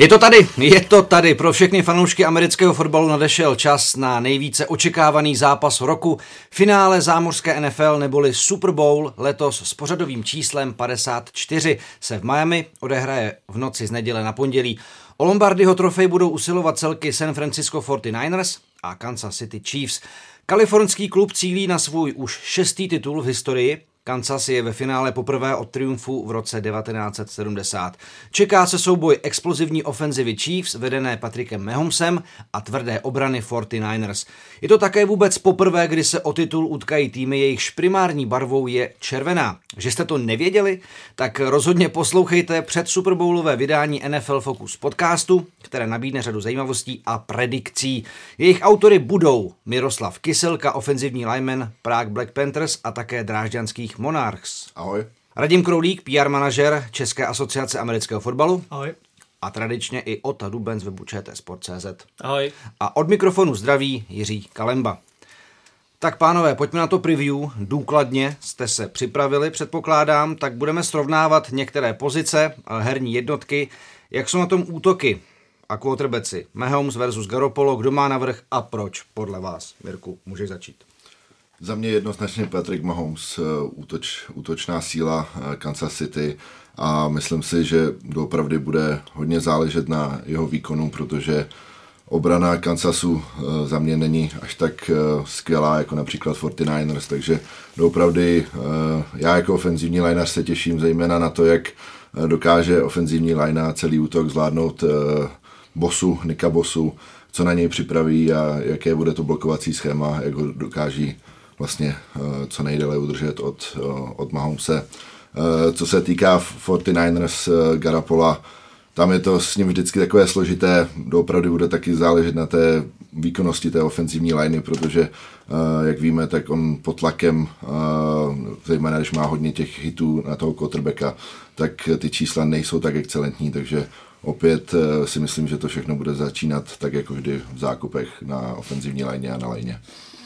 Je to tady. Pro všechny fanoušky amerického fotbalu nadešel čas na nejvíce očekávaný zápas roku. Finále zámořské NFL neboli Super Bowl letos s pořadovým číslem 54 se v Miami odehraje v noci z neděle na pondělí. O Lombardyho trofej budou usilovat celky San Francisco 49ers a Kansas City Chiefs. Kalifornský klub cílí na svůj už 6. titul v historii. Kansas je ve finále poprvé od triumfu v roce 1970. Čeká se souboj explozivní ofenzivy Chiefs, vedené Patrickem Mahomesem, a tvrdé obrany 49ers. Je to také vůbec poprvé, kdy se o titul utkají týmy, jejichž primární barvou je červená. Že jste to nevěděli? Tak rozhodně poslouchejte před Superbowlové vydání NFL Focus podcastu, které nabídne řadu zajímavostí a predikcí. Jejich autory budou Miroslav Kyselka, ofenzivní lineman Prague Black Panthers a také drážďanských Monarchs. Ahoj. Radim Kroulík, PR manažer České asociace amerického fotbalu. Ahoj. A tradičně i Ota Duben z webu čtsport.cz. Ahoj. A od mikrofonu zdraví Jiří Kalemba. Tak pánové, pojďme na to preview. Důkladně jste se připravili, předpokládám, tak budeme srovnávat některé pozice, herní jednotky. Jak jsou na tom útoky a quarterbacki? Mahomes versus Garoppolo, kdo má navrch a proč podle vás? Mirku, můžeš začít. Za mě jednoznačně Patrick Mahomes, útočná síla Kansas City, a myslím si, že doopravdy bude hodně záležet na jeho výkonu, protože obrana Kansasu za mě není až tak skvělá jako například 49ers, takže doopravdy já jako ofenzivní lineař se těším zejména na to, jak dokáže ofenzivní line a celý útok zvládnout Nicka Bossu, co na něj připraví a jaké bude to blokovací schéma, jak ho dokáží vlastně co nejdéle udržet od Mahomese. Co se týká 49ers Garoppola, tam je to s ním vždycky takové složité, doopravdy bude taky záležet na té výkonnosti té ofenzivní liney, protože jak víme, tak on pod tlakem, zejména když má hodně těch hitů na toho quarterbacka, tak ty čísla nejsou tak excelentní, takže opět si myslím, že to všechno bude začínat tak jako vždy v zákupech na ofenzivní lině a na lině.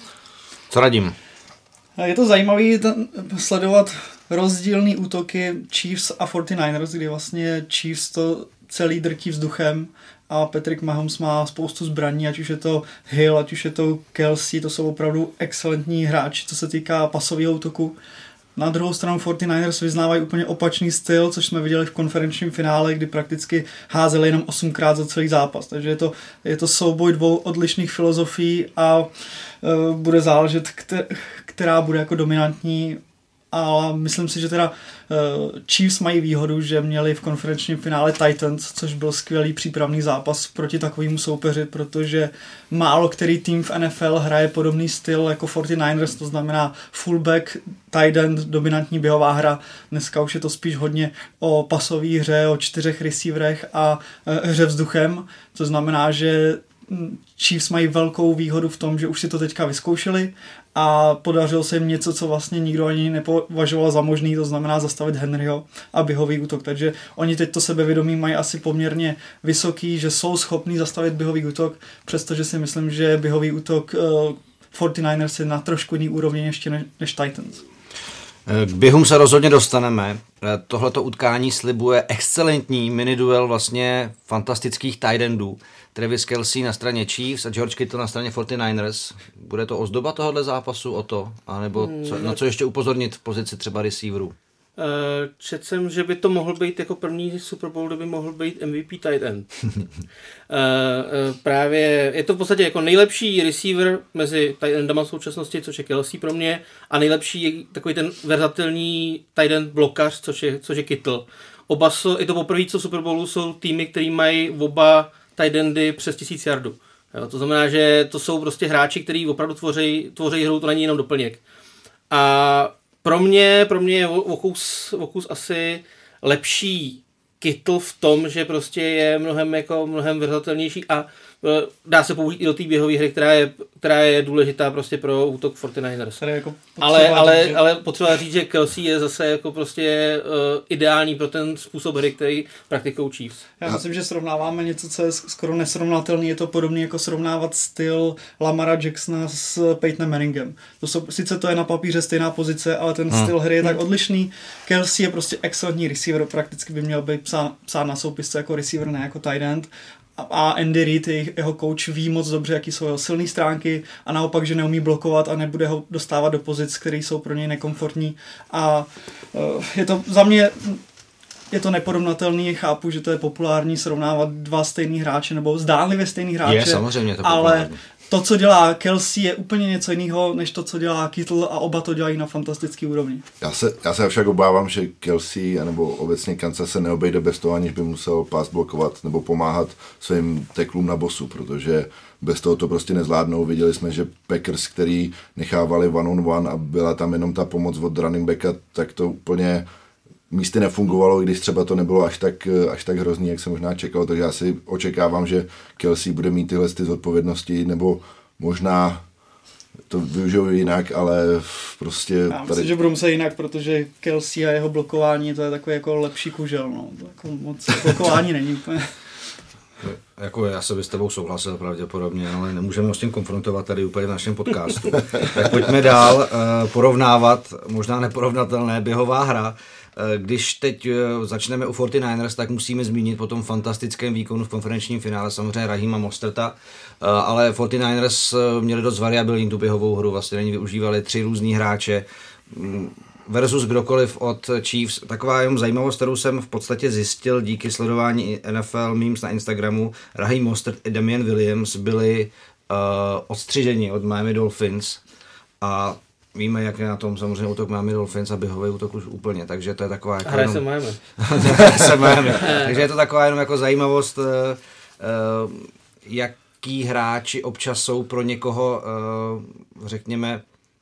Co radím? Je to zajímavý sledovat rozdílný útoky Chiefs a 49ers, kdy vlastně Chiefs to celý drtí vzduchem a Patrick Mahomes má spoustu zbraní, ať už je to Hill, ať už je to Kelsey, to jsou opravdu excelentní hráči, co se týká pasového útoku. Na druhou stranu 49ers vyznávají úplně opačný styl, což jsme viděli v konferenčním finále, kdy prakticky házeli jenom 8krát za celý zápas. Takže je to souboj dvou odlišných filozofií a bude záležet, která bude jako dominantní. Ale myslím si, že teda Chiefs mají výhodu, že měli v konferenčním finále Titans, což byl skvělý přípravný zápas proti takovému soupeři, protože málo který tým v NFL hraje podobný styl jako 49ers, to znamená fullback, tight end, dominantní běhová hra. Dneska už je to spíš hodně o pasové hře, o 4 receiverech a hře vzduchem, co znamená, že Chiefs mají velkou výhodu v tom, že už si to teďka vyzkoušeli a podařilo se jim něco, co vlastně nikdo ani nepovažoval za možný, to znamená zastavit Henryho a běhový útok. Takže oni teď to sebevědomí mají asi poměrně vysoký, že jsou schopní zastavit běhový útok, přestože si myslím, že běhový útok 49ers je na trošku jiný úrovni ještě než Titans. K běhům se rozhodně dostaneme. Tohleto utkání slibuje excelentní miniduel vlastně fantastických tight endů. Travis Kelsey na straně Chiefs a George Kittle na straně 49ers. Bude to ozdoba tohohle zápasu o to? A nebo na co ještě upozornit v pozici třeba receiverů? Četl jsem, že by to mohl být jako první Super Bowl, kde by mohl být MVP tight end. Právě je to v podstatě jako nejlepší receiver mezi tight endama v současnosti, což je Kelsey pro mě, a nejlepší takový ten verzatilní tight end blokař, což je Kittle. I to poprvé, co v Super Bowlu jsou týmy, který mají oba tight endy přes 1000 yardů. Jo, to znamená, že to jsou prostě hráči, kteří opravdu tvoří hru, to není jenom doplněk. A pro mě je Vokus asi lepší Kittle v tom, že prostě je mnohem verzatilnější a dá se použít i do té běhové hry, která je důležitá prostě pro útok 49ers. Jako ale potřeba říct, že Kelsey je zase jako prostě ideální pro ten způsob hry, který praktikují Chiefs. Já myslím, že srovnáváme něco, co je skoro nesrovnatelné. Je to podobné jako srovnávat styl Lamara Jacksona s Peytonem Manningem. Sice to je na papíře stejná pozice, ale ten styl hry je tak odlišný. Kelsey je prostě excelentní receiver, prakticky by měl být psán na soupisce jako receiver, ne jako tight end. A Andy Reid, jeho coach, ví moc dobře, jaký jsou jeho silné stránky a naopak, že neumí blokovat a nebude ho dostávat do pozic, které jsou pro něj nekomfortní. A je to za mě je to neporovnatelný, chápu, že to je populární srovnávat dva stejný hráče nebo zdánlivě stejný hráče. Je samozřejmě to ale populární. To, co dělá Kelsey, je úplně něco jiného, než to, co dělá Kittle a oba to dělají na fantastický úrovni. Já se však obávám, že Kelsey nebo obecně Kansas se neobejde bez toho, aniž by musel pass blokovat nebo pomáhat svým teklům na bosu, protože bez toho to prostě nezvládnou. Viděli jsme, že Packers, který nechávali one-on-one a byla tam jenom ta pomoc od running backa, tak to úplně místy nefungovalo, i když třeba to nebylo až tak hrozný, jak jsem možná čekal, takže já si očekávám, že Kelsey bude mít tyhle zodpovědnosti, nebo možná to využijou jinak, ale prostě... Já myslím, že budou muset jinak, protože Kelsey a jeho blokování, to je takový jako lepší kužel, no. To jako moc blokování není úplně... Jako já se by s tebou souhlasil pravděpodobně, ale nemůžeme s tím konfrontovat tady úplně v našem podcastu. Tak pojďme dál porovnávat, možná neporovnatelné běhová hra. Když teď začneme u 49ers, tak musíme zmínit po tom fantastickém výkonu v konferenčním finále samozřejmě Rahima Mosterta, ale 49ers měli dost variabilní tu běhovou hru, vlastně není využívali 3 různý hráče versus kdokoliv od Chiefs. Taková jenom zajímavost, kterou jsem v podstatě zjistil díky sledování NFL memes na Instagramu. Raheem Mostert i Damian Williams byli odstřiženi od Miami Dolphins a víme, jak je na tom samozřejmě útok Miami Dolphins a běhový útok už úplně, takže to je taková jako hraje se Miami. Takže je to taková jenom jako zajímavost, jaký hráči občas jsou pro někoho, řekněme,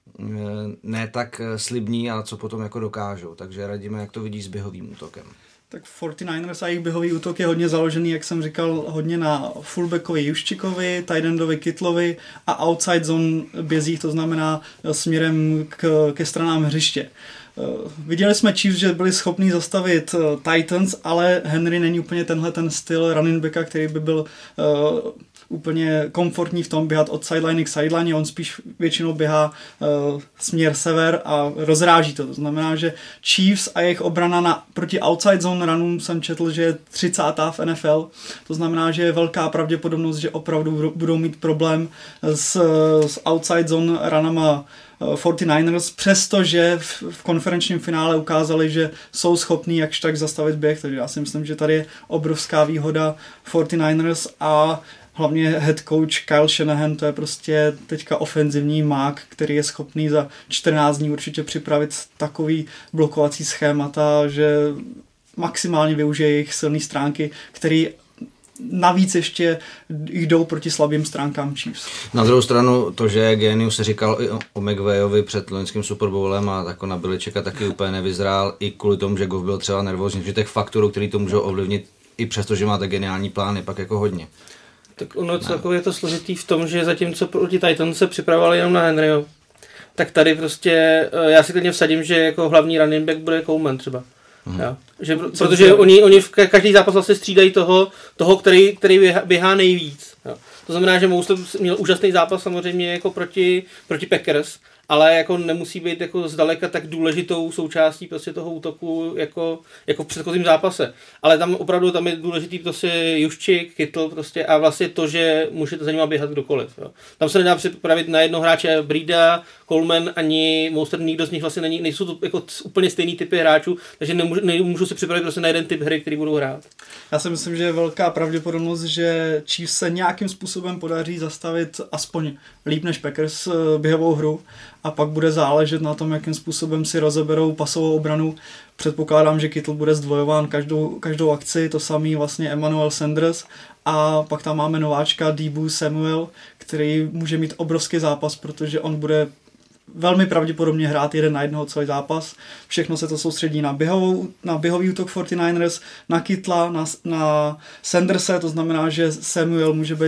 ne tak slibní, ale co potom jako dokážou. Takže radíme, jak to vidíš s běhovým útokem. Tak 49ers a jejich běhový útok je hodně založený, jak jsem říkal, hodně na fullbackovi Juščikovi, tight endovi Kittlovi a outside zone bězích, to znamená směrem ke stranám hřiště. Viděli jsme Chiefs, že byli schopní zastavit Titans, ale Henry není úplně tenhle ten styl running backa, který by byl úplně komfortní v tom běhat od sideline k sideline, on spíš většinou běhá směr sever a rozráží to. To znamená, že Chiefs a jejich obrana proti outside zone runům jsem četl, že je 30. v NFL. To znamená, že je velká pravděpodobnost, že opravdu budou mít problém s outside zone runama 49ers, přestože v konferenčním finále ukázali, že jsou schopní jakž tak zastavit běh, takže já si myslím, že tady je obrovská výhoda 49ers a hlavně head coach Kyle Shanahan, to je prostě teďka ofenzivní mák, který je schopný za 14 dní určitě připravit takový blokovací schémata, že maximálně využije jejich silné stránky, který navíc ještě jdou proti slabým stránkám Chiefs. Na druhou stranu to, že Genius se říkal i o McVayovi před loňským Super Bowlem a jako na Beličeka taky úplně nevyzrál, i kvůli tomu, že Goff byl třeba nervózní, že těch faktorů, který to můžou ovlivnit, i přesto, že máte geniální plány, pak jako hodně. Tak ono celkově je to složitý v tom, že zatímco proti Titans se připravovali jenom na Henryho, tak tady prostě já si klidně vsadím, že jako hlavní running back bude Coleman třeba. Jo. Že, protože oni v každý zápas vlastně střídají toho který běhá nejvíc. Jo. To znamená, že Mostert měl úžasný zápas samozřejmě jako proti Packers, ale jako nemusí být jako zdaleka tak důležitou součástí prostě toho útoku jako v předchozím zápase. Ale tam opravdu tam je důležitý prostě Juščik, Kittle prostě a vlastně to, že můžete za nima běhat kdokoliv. Jo. Tam se nedá připravit na jednoho hráče Breida, Coleman ani Mostert, nikdo z nich vlastně nejsou to jako úplně stejný typy hráčů, takže nemůžu si připravit prostě na jeden typ hry, který budou hrát. Já si myslím, že je velká pravděpodobnost, že Chiefs se nějakým způsobem podaří zastavit aspoň líp než Packers běhovou hru a pak bude záležet na tom, jakým způsobem si rozeberou pasovou obranu. Předpokládám, že Kittle bude zdvojován každou akci, to samý vlastně Emmanuel Sanders a pak tam máme nováčka Deebo Samuel, který může mít obrovský zápas, protože on bude velmi pravděpodobně hrát 1-1 celý zápas. Všechno se to soustředí na běhový útok 49ers, na Kittla, na Sanderse, to znamená, že Samuel může být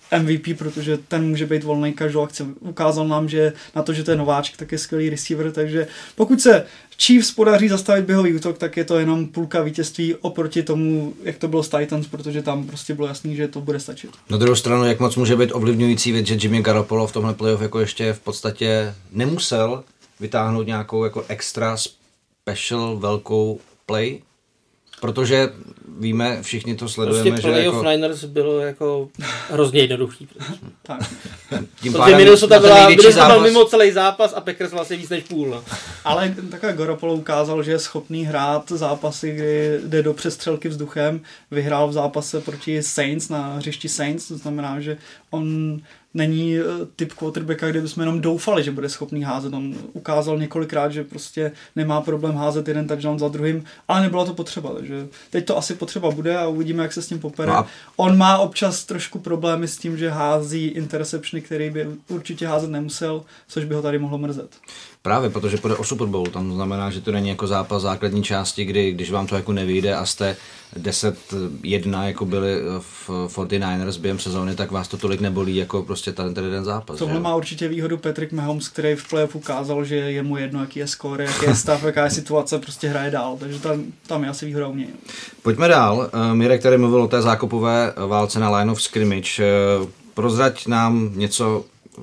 MVP, protože ten může být volný každou akci. Ukázal nám, že na to, že to je nováček, tak je skvělý receiver, takže pokud se Chiefs podaří zastavit běhový útok, tak je to jenom půlka vítězství oproti tomu, jak to bylo s Titans, protože tam prostě bylo jasný, že to bude stačit. Na druhou stranu, jak moc může být ovlivňující věc, že Jimmy Garoppolo v tomhle playoff jako ještě v podstatě nemusel vytáhnout nějakou jako extra special velkou play, protože víme, všichni to sledujeme, prostě že playoff jako... Niners bylo jako hrozně jednoduchý. Tak. Tím Protože Minnesota byla mimo celý zápas a Packers vlastně víc než půl. No. Ale také Garoppolo ukázal, že je schopný hrát zápasy, kdy jde do přestřelky vzduchem. Vyhrál v zápase proti Saints na hřišti Saints, to znamená, že on není typ quarterbacka, kde bychom jenom doufali, že bude schopný házet. On ukázal několikrát, že prostě nemá problém házet jeden touchdown za druhým, ale nebylo to potřeba, takže teď to asi potřeba bude a uvidíme, jak se s tím popere. No on má občas trošku problémy s tím, že hází interceptiony, který by určitě házet nemusel, což by ho tady mohlo mrzet. Právě, protože půjde o Super Bowl, tam znamená, že to není jako zápas základní části, kdy když vám to jako nevyjde a jste 10-1, jako byli v 49ers během sezóny, tak vás to tolik nebolí, jako prostě ten jeden zápas. Tohle má určitě výhodu Patrick Mahomes, který v playoff ukázal, že je mu jedno, jaký je skóre, jaký je stav, jaká je situace, prostě hraje dál, takže tam je asi výhoda u něj. Pojďme dál. Mirek tady mluvil o té zákopové válce na line of scrimmage. Prozrať nám něco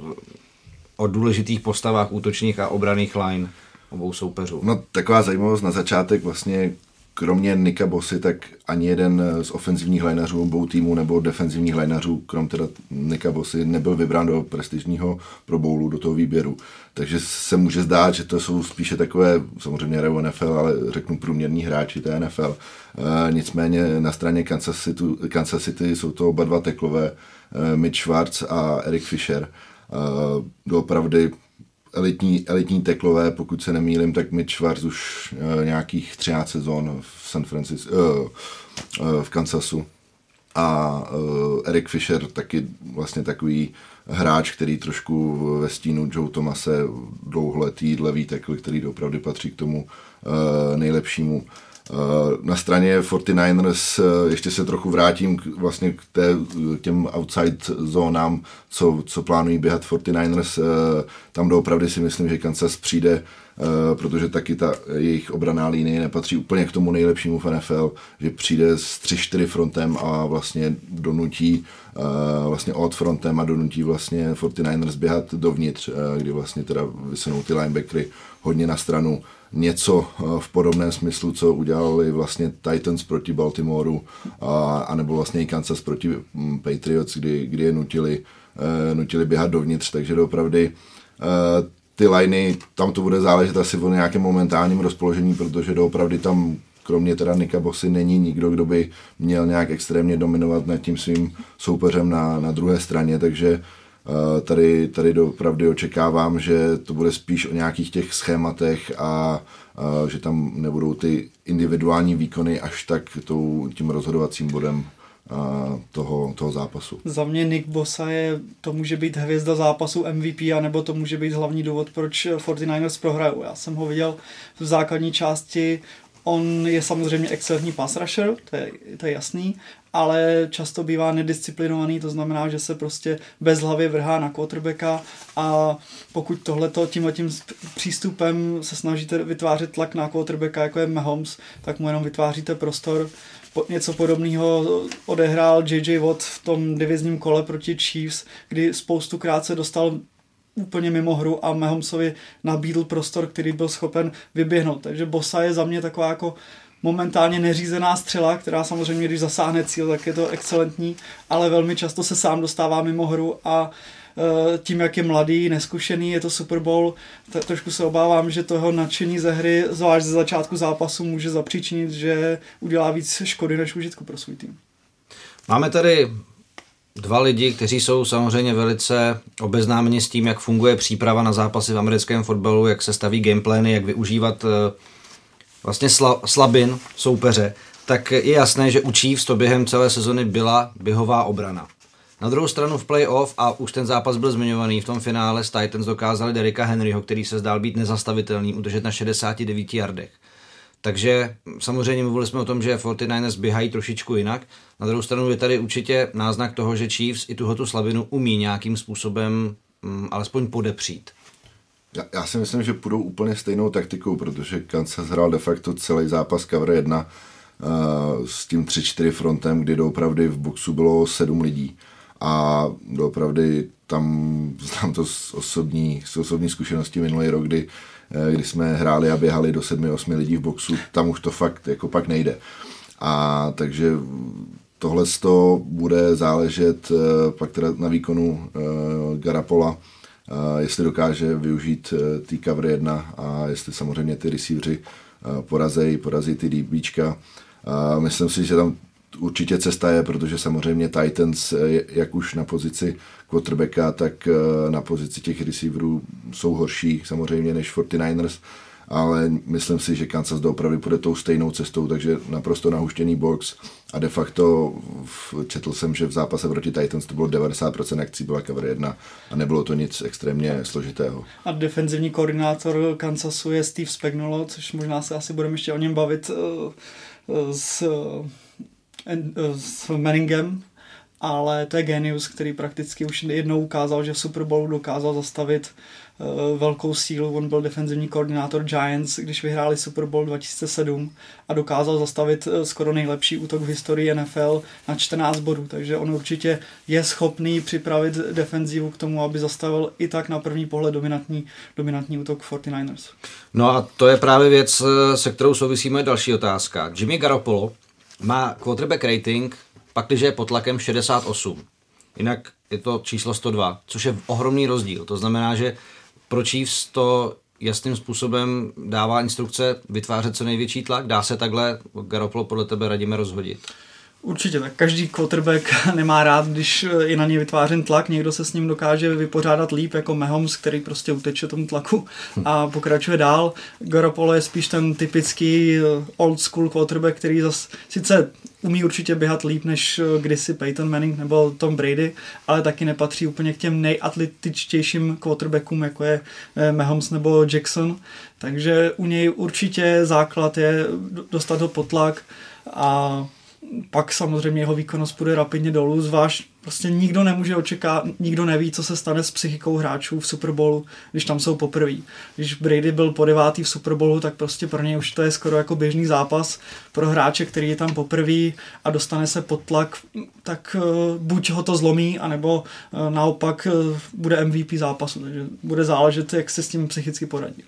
o důležitých postavách útočních a obranných line obou soupeřů. No, taková zajímavost na začátek vlastně, kromě Nicka Bossy, tak ani jeden z ofenzivních lineařů obou týmů nebo defenzivních lineařů, krom teda Nicka Bossy, nebyl vybrán do prestižního Pro Bowlu, do toho výběru. Takže se může zdát, že to jsou spíše takové, samozřejmě hrajou NFL, ale řeknu průměrní hráči té NFL. Nicméně na straně Kansas City jsou to oba dva teklové, Mitch Schwartz a Eric Fisher. Doopravdy elitní teklové, pokud se nemýlím, tak Mitch Schwartz už nějakých 13 sezon v San Francisco, v Kansasu. A Eric Fisher taky vlastně takový hráč, který trošku ve stínu Joe Thomase, dlouholetý levý tackle, který opravdu patří k tomu nejlepšímu. Na straně 49ers ještě se trochu vrátím vlastně k těm outside zónám, co plánují běhat 49ers. Tam doopravdy si myslím, že Kansas přijde, protože taky ta jejich obranná linie nepatří úplně k tomu nejlepšímu v NFL, že přijde s 3-4 frontem a vlastně donutí vlastně od frontem a donutí vlastně 49ers běhat dovnitř, kdy vlastně teda vysunou ty linebackery hodně na stranu. Něco v podobném smyslu, co udělali vlastně Titans proti Baltimoreu a nebo vlastně i Kansas proti Patriots, kdy je nutili běhat dovnitř, takže doopravdy ty liney, tam to bude záležet asi o nějakém momentálním rozpoložení, protože doopravdy tam kromě teda Nicka Bossy není nikdo, kdo by měl nějak extrémně dominovat nad tím svým soupeřem na druhé straně, takže tady doopravdy očekávám, že to bude spíš o nějakých těch schématech a že tam nebudou ty individuální výkony až tak tím rozhodovacím bodem toho zápasu. Za mě Nick Bosa to může být hvězda zápasu MVP, anebo to může být hlavní důvod, proč 49ers prohrajou. Já jsem ho viděl v základní části, on je samozřejmě excelentní pass rusher, to je jasný, ale často bývá nedisciplinovaný, to znamená, že se prostě bezhlavě vrhá na quarterbacka a pokud tímhletím přístupem se snažíte vytvářet tlak na quarterbacka, jako je Mahomes, tak mu jenom vytváříte prostor. Něco podobného odehrál J.J. Watt v tom divizním kole proti Chiefs, kdy spoustukrát se dostal úplně mimo hru a Mahomesovi nabídl prostor, který byl schopen vyběhnout. Takže Bosa je za mě taková jako momentálně neřízená střela, která samozřejmě, když zasáhne cíl, tak je to excelentní, ale velmi často se sám dostává mimo hru a tím, jak je mladý, neskušený, je to Super Bowl, trošku se obávám, že toho nadšení ze hry, zvlášť ze začátku zápasu, může zapříčinit, že udělá víc škody než užitku pro svůj tým. Máme tady dva lidi, kteří jsou samozřejmě velice obeznámeni s tím, jak funguje příprava na zápasy v americkém fotbalu, jak se staví gameplány, jak využívat vlastně slabin soupeře, tak je jasné, že u Chiefs to během celé sezony byla běhová obrana. Na druhou stranu v playoff, a už ten zápas byl zmiňovaný, v tom finále s Titans dokázali Derricka Henryho, který se zdál být nezastavitelný, udržet na 69 yardech. Takže samozřejmě mluvili jsme o tom, že 49ers běhají trošičku jinak. Na druhou stranu je tady určitě náznak toho, že Chiefs i tuhletu slabinu umí nějakým způsobem alespoň podepřít. Já si myslím, že půjdou úplně stejnou taktikou, protože Kansas hrál de facto celý zápas cover 1 s tím 3-4 frontem, kdy doopravdy v boxu bylo 7 lidí. A doopravdy tam znám to z osobní zkušenosti minulý rok, kdy jsme hráli a běhali do 7-8 lidí v boxu, tam už to fakt jako pak nejde. A takže tohle bude záležet pak teda na výkonu Garopola, jestli dokáže využít ty cover 1 a jestli samozřejmě ty receiveři porazí ty DBčka. Myslím si, že tam určitě cesta je, protože samozřejmě Titans, jak už na pozici quarterbacka, tak na pozici těch receiverů jsou horší samozřejmě než 49ers, ale myslím si, že Kansas doopravdy půjde tou stejnou cestou, takže naprosto nahuštěný box a de facto četl jsem, že v zápase proti Titans to bylo 90% akcí byla cover 1 a nebylo to nic extrémně složitého. A defenzivní koordinátor Kansasu je Steve Spagnuolo, což možná se asi budeme ještě o něm bavit s Manningem, ale to je genius, který prakticky už jednou ukázal, že v Super Bowlu dokázal zastavit velkou sílu. On byl defenzivní koordinátor Giants, když vyhráli Super Bowl 2007 a dokázal zastavit skoro nejlepší útok v historii NFL na 14 bodů, takže on určitě je schopný připravit defenzivu k tomu, aby zastavil i tak na první pohled dominantní útok 49ers. No a to je právě věc, se kterou souvisí moje další otázka. Jimmy Garoppolo má quarterback rating, pakliže je pod tlakem 68. Jinak je to číslo 102, což je ohromný rozdíl. To znamená, že pro Chiefs to jasným způsobem dává instrukce vytvářet co největší tlak. Dá se takhle Garoppolo podle tebe, Radime, rozhodit? Určitě, tak každý quarterback nemá rád, když je na něj vytvářen tlak, někdo se s ním dokáže vypořádat líp, jako Mahomes, který prostě uteče tomu tlaku a pokračuje dál. Garoppolo je spíš ten typický old school quarterback, který zase sice umí určitě běhat líp než kdysi Peyton Manning nebo Tom Brady, ale taky nepatří úplně k těm nejatletičtějším quarterbackům, jako je Mahomes nebo Jackson. Takže u něj určitě základ je dostat ho pod tlak a pak samozřejmě jeho výkonnost půjde rapidně dolů, zvlášť prostě nikdo nemůže očekávat, nikdo neví, co se stane s psychikou hráčů v Super Bowlu, když tam jsou poprvé. Když Brady byl po 9. v Super Bowlu, tak prostě pro něj už to je skoro jako běžný zápas. Pro hráče, který je tam poprvé a dostane se pod tlak, tak buď ho to zlomí, anebo naopak bude MVP zápasu, takže bude záležet, jak se s tím psychicky poradí.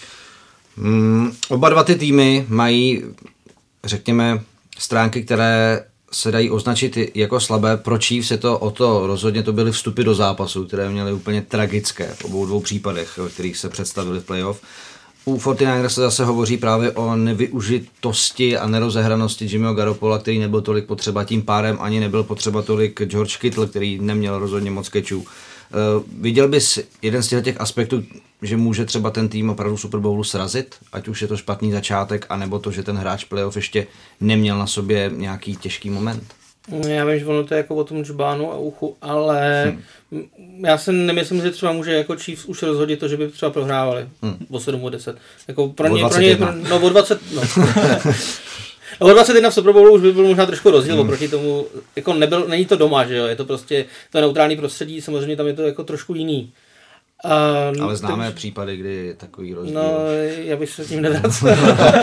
Oba dva ty týmy mají, řekněme, stránky, které se dají označit jako slabé. Pro Chiefs je to o to, rozhodně to byly vstupy do zápasu, které měly úplně tragické v obou dvou případech, ve kterých se představili v playoff. U 49ers se zase hovoří právě o nevyužitosti a nerozehranosti Jimmyho Garoppola, který nebyl tolik potřeba, tím pádem ani nebyl potřeba tolik George Kittle, který neměl rozhodně moc kečů. Viděl bys jeden z těch aspektů, že může třeba ten tým opravdu Super Bowlu srazit, ať už je to špatný začátek, anebo to, že ten hráč playoff ještě neměl na sobě nějaký těžký moment? Já vím, že ono to je jako o tom džbánu a uchu, ale já si nemyslím, že třeba může jako Chiefs už rozhodit to, že by třeba prohrávali o 7-10. Jako pro ně, o 20, no. O 21 v Super Bowlu už by byl možná trošku rozdíl oproti tomu, jako není to doma, že jo, je to prostě to neutrální prostředí, samozřejmě tam je to jako trošku jiný. Ale známe případy, kdy takový rozdíl. No, já bych se tím nevracel.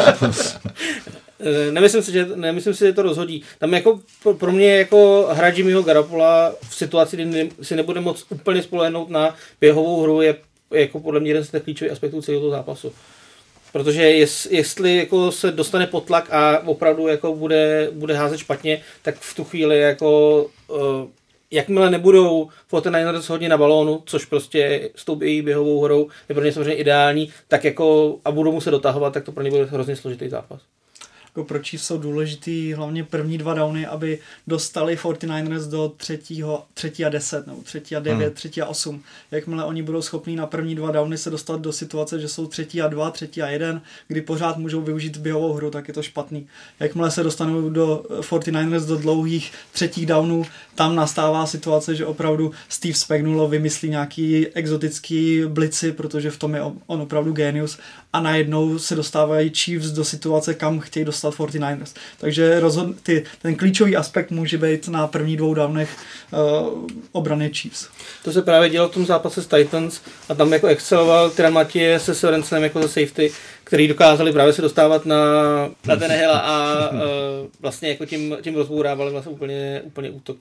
Nemyslím si, že to rozhodí. Tam jako pro mě jako hra Jimmyho Garoppola v situaci, kdy si nebude moc úplně spolehnout na běhovou hru, je jako podle mě jeden z těch klíčových aspektů celého toho zápasu. Protože jestli jako se dostane pod tlak a opravdu jako bude házet špatně, tak v tu chvíli jako jakmile nebudou 49ers hodně na balónu, což prostě s tou běhovou hrou je pro ně samozřejmě ideální, tak jako a budou muset dotahovat, tak to pro ně bude hrozně složitý zápas. Jako pro Chiefs jsou důležitý hlavně první 2 downy, aby dostali 49ers do 3. a 10, nebo 3. a 9, 3. a 8. Jakmile oni budou schopní na první 2 downy se dostat do situace, že jsou 3. a 2, 3. a 1, kdy pořád můžou využít běhovou hru, tak je to špatný. Jakmile se dostanou do 49ers do dlouhých 3. downů, tam nastává situace, že opravdu Steve Spagnuolo vymyslí nějaký exotický blici, protože v tom je on opravdu genius a najednou se dostávají Chiefs do situace, kam chtějí dostat 49ers. Takže ten klíčový aspekt může být na prvních 2 downech obrany Chiefs. To se právě dělo v tom zápase s Titans a tam jako exceloval Tyrann Mathieu se Sorensenem jako za safety, který dokázali právě se dostávat na Tannehilla a vlastně jako tím rozbourávali vlastně úplně útok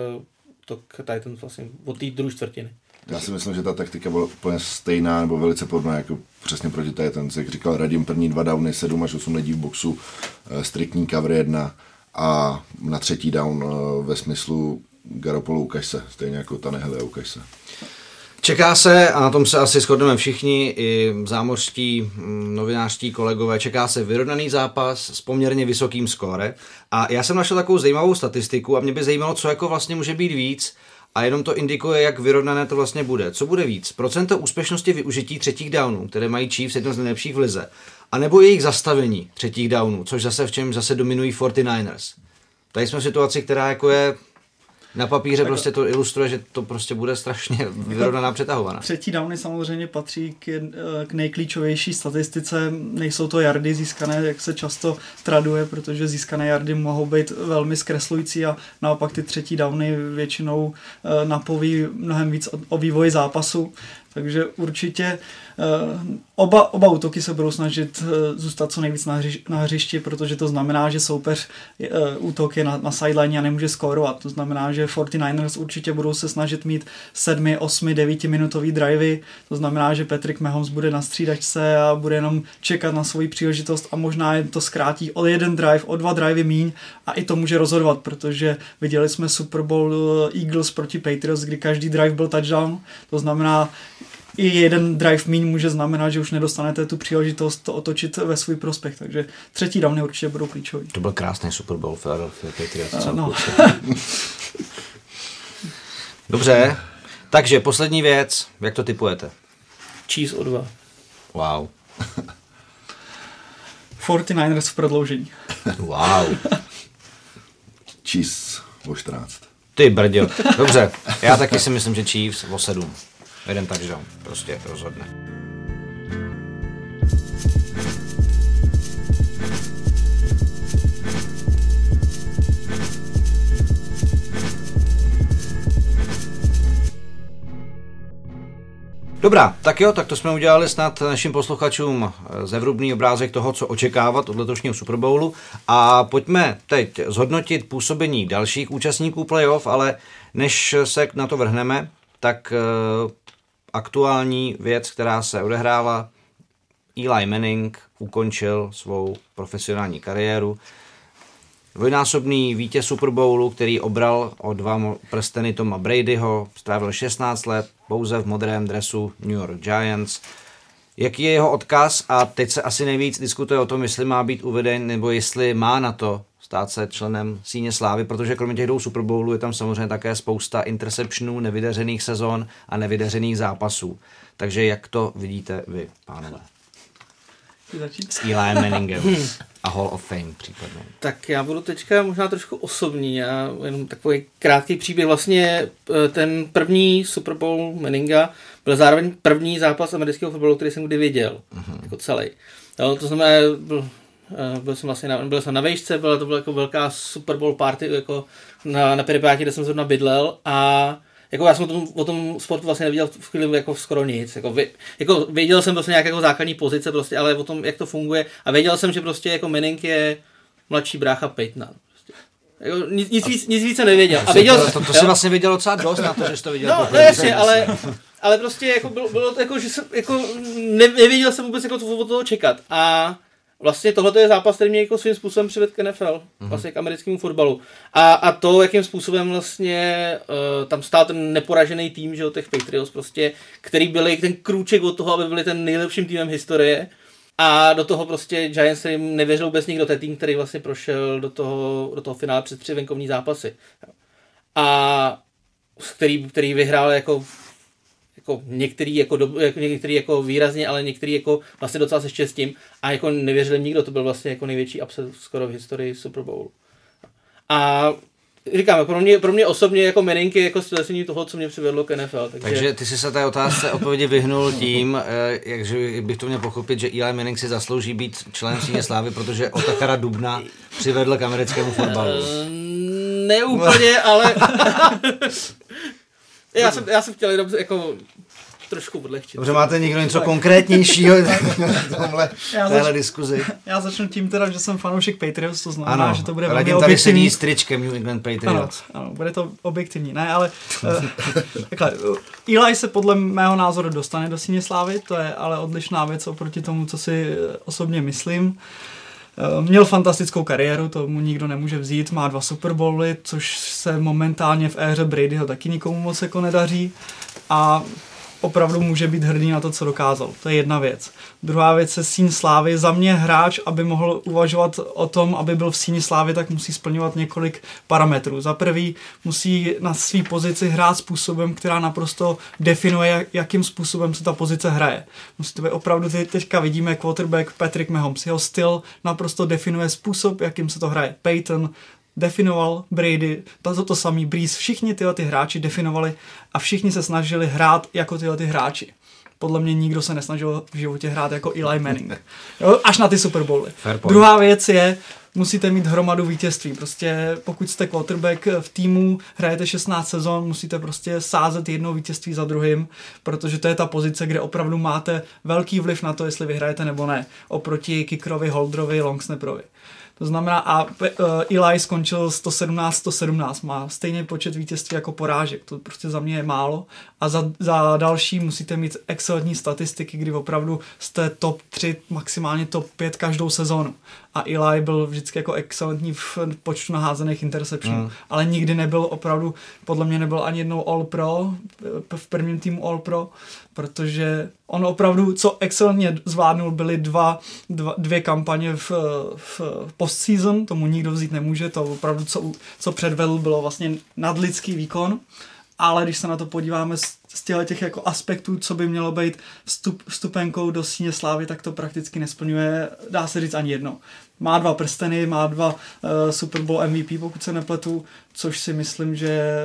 Titans vlastně od té druhé čtvrtiny. Já si myslím, že ta taktika byla úplně stejná nebo velice podobná jako přesně proti Titans. Jak říkal Radim, první 2 downy, 7 až 8 lidí v boxu, striktní cover 1 a na 3. down ve smyslu Garoppolo ukaž se, stejně jako Tannehill ukaž se. Čeká se, a na tom se asi shodneme všichni, i zámořští novinářští kolegové, čeká se vyrovnaný zápas s poměrně vysokým skóre. A já jsem našel takovou zajímavou statistiku a mě by zajímalo, co jako vlastně může být víc. A jenom to indikuje, jak vyrovnané to vlastně bude. Co bude víc? Procento úspěšnosti využití 3. downů, které mají Chiefs jedno z nejlepších v lize. A nebo jejich zastavení 3. downů, což zase v čem zase dominují 49ers. Tady jsme v situaci, která jako je na papíře prostě to ilustruje, že to prostě bude strašně vyrovnaná, přetahovaná. 3. downy samozřejmě patří k nejklíčovější statistice. Nejsou to yardy získané, jak se často traduje, protože získané yardy mohou být velmi zkreslující a naopak ty 3. downy většinou napoví mnohem víc o vývoji zápasu. Takže určitě oba útoky se budou snažit zůstat co nejvíc na hřišti, protože to znamená, že soupeř útok je na sideline a nemůže skórovat. To znamená, že 49ers určitě budou se snažit mít 7, 8, 9 minutový drivey. To znamená, že Patrick Mahomes bude na střídačce a bude jenom čekat na svoji příležitost a možná je to zkrátí o 1 drive, o 2 drivey míň a i to může rozhodovat, protože viděli jsme Super Bowl Eagles proti Patriots, kdy každý drive byl touchdown. To znamená, i 1 drive míň může znamenat, že už nedostanete tu příležitost to otočit ve svůj prospěch, takže 3. downy určitě budou klíčový. To byl krásný Super Bowl Philadelphia Patriots. No. Dobře, takže poslední věc, jak to tipujete? Chiefs o 2. Wow. 49ers v prodloužení. Wow. Chiefs o 14. Ty brďo. Dobře, já taky si myslím, že Chiefs o 7. 1 touchdown, prostě rozhodne. Dobrá, tak jo, tak to jsme udělali snad našim posluchačům zevrubný obrázek toho, co očekávat od letošního Super Bowlu a pojďme teď zhodnotit působení dalších účastníků playoff, ale než se na to vrhneme, tak aktuální věc, která se odehrála, Eli Manning ukončil svou profesionální kariéru. Dvojnásobný vítěz Super Bowlu, který obral o 2 prsteny Toma Bradyho, strávil 16 let pouze v modrém dresu New York Giants. Jaký je jeho odkaz? A teď se asi nejvíc diskutuje o tom, jestli má být uveden, nebo jestli má na to stát se členem síně slávy, protože kromě těch 2 Super Bowlů je tam samozřejmě také spousta interceptionů, nevydařených sezon a nevydařených zápasů. Takže jak to vidíte vy, pánové? S Eli Manningem a Hall of Fame případně. Tak já budu teďka možná trošku osobní. Já jenom takový krátký příběh. Vlastně ten první Super Bowl Manninga byl zároveň první zápas amerického fotbalu, který jsem kdy viděl. Jako celý. No, to znamená, byl jsem na vejšce, byla to byla jako velká Super Bowl party jako na Piripáti, kde jsem zrovna bydlel a jako já jsem o tom sportu vlastně neviděl v chvíli jako skoro nic. Jako věděl jsem prostě nějaké jako základní pozice, prostě, ale o tom, jak to funguje. A věděl jsem, že prostě jako Manning je mladší brácha Peytona. Prostě. Jako nic více nevěděl. A věděl, to si vlastně věděl docela dost na to, že jsi to viděl. No jasně, ale prostě jako bylo to jako, že jsem jako nevěděl jsem vůbec jako od toho čekat. A vlastně tohle je zápas, který mě jako svým způsobem přivedl k NFL, vlastně k americkému fotbalu. A to, jakým způsobem vlastně tam stál ten neporažený tým, že těch Patriots prostě, který byli ten krůček od toho, aby byli ten nejlepším týmem historie. A do toho prostě Giants jim nevěřil vůbec nikdo, ten tým, který vlastně prošel do toho finále přes 3 venkovní zápasy. A který vyhrál jako některý jako výrazně, ale některý jako vlastně docela se štěstím a jako nevěřil nikdo, to byl vlastně jako největší upset skoro v historii Super Bowlu. A říkám, pro mě osobně jako Manning je jako stělesnění toho, co mě přivedlo k NFL. Takže ty jsi se té otázce odpovědi vyhnul tím, jakže bych to měl pochopit, že Eli Manning si zaslouží být členem síně slávy, protože Otakara Dubna přivedl k americkému fotbalu. Neúplně, ale já jsem chtěl jenom jako trošku odlehčit. Dobře, máte někdo něco konkrétnějšího téhle diskuzi? Já začnu tím teda, že jsem fanoušek Patriots, to znamená, že to bude velmi objektivní. Tady sedí s tričkem New England Patriots. Ano, bude to objektivní. Ne, ale takhle, Eli se podle mého názoru dostane do síně slávy, to je ale odlišná věc oproti tomu, co si osobně myslím. Měl fantastickou kariéru, to mu nikdo nemůže vzít, má 2 Super Bowly, což se momentálně v éře Bradyho taky nikomu moc jako nedaří a opravdu může být hrdý na to, co dokázal. To je jedna věc. Druhá věc je síň slávy. Za mě hráč, aby mohl uvažovat o tom, aby byl v síni slávy, tak musí splňovat několik parametrů. Za prvý musí na své pozici hrát způsobem, která naprosto definuje, jakým způsobem se ta pozice hraje. Musí to být opravdu, teďka vidíme quarterback Patrick Mahomes. Jeho styl naprosto definuje způsob, jakým se to hraje. Peyton definoval, Brady, to samý, Breeze, všichni tyhle ty hráči definovali a všichni se snažili hrát jako tyhle ty hráči. Podle mě nikdo se nesnažil v životě hrát jako Eli Manning. Jo, až na ty Super Bowly. Druhá věc je, musíte mít hromadu vítězství. Prostě pokud jste quarterback v týmu, hrajete 16 sezon, musíte prostě sázet jedno vítězství za druhým, protože to je ta pozice, kde opravdu máte velký vliv na to, jestli vyhrajete nebo ne. Oproti kickerovi, holderovi, longsnapperovi. To znamená, a Eli skončil 117, má stejný počet vítězství jako porážek, to prostě za mě je málo. A za další musíte mít excelentní statistiky, kdy opravdu jste top 3, maximálně top 5 každou sezónu. A Eli byl vždycky jako excelentní v počtu naházených interceptionů, ale nikdy nebyl opravdu, podle mě nebyl ani jednou All-Pro, v prvním týmu All-Pro, protože on opravdu, co excelentně zvládnul, byly dvě kampaně v postseason, tomu nikdo vzít nemůže, to opravdu, co předvedl, bylo vlastně nadlidský výkon, ale když se na to podíváme z těch jako aspektů, co by mělo být vstupenkou do síně slávy, tak to prakticky nesplňuje, dá se říct, ani jedno. Má 2 prsteny, má 2 Super Bowl MVP, pokud se nepletu, což si myslím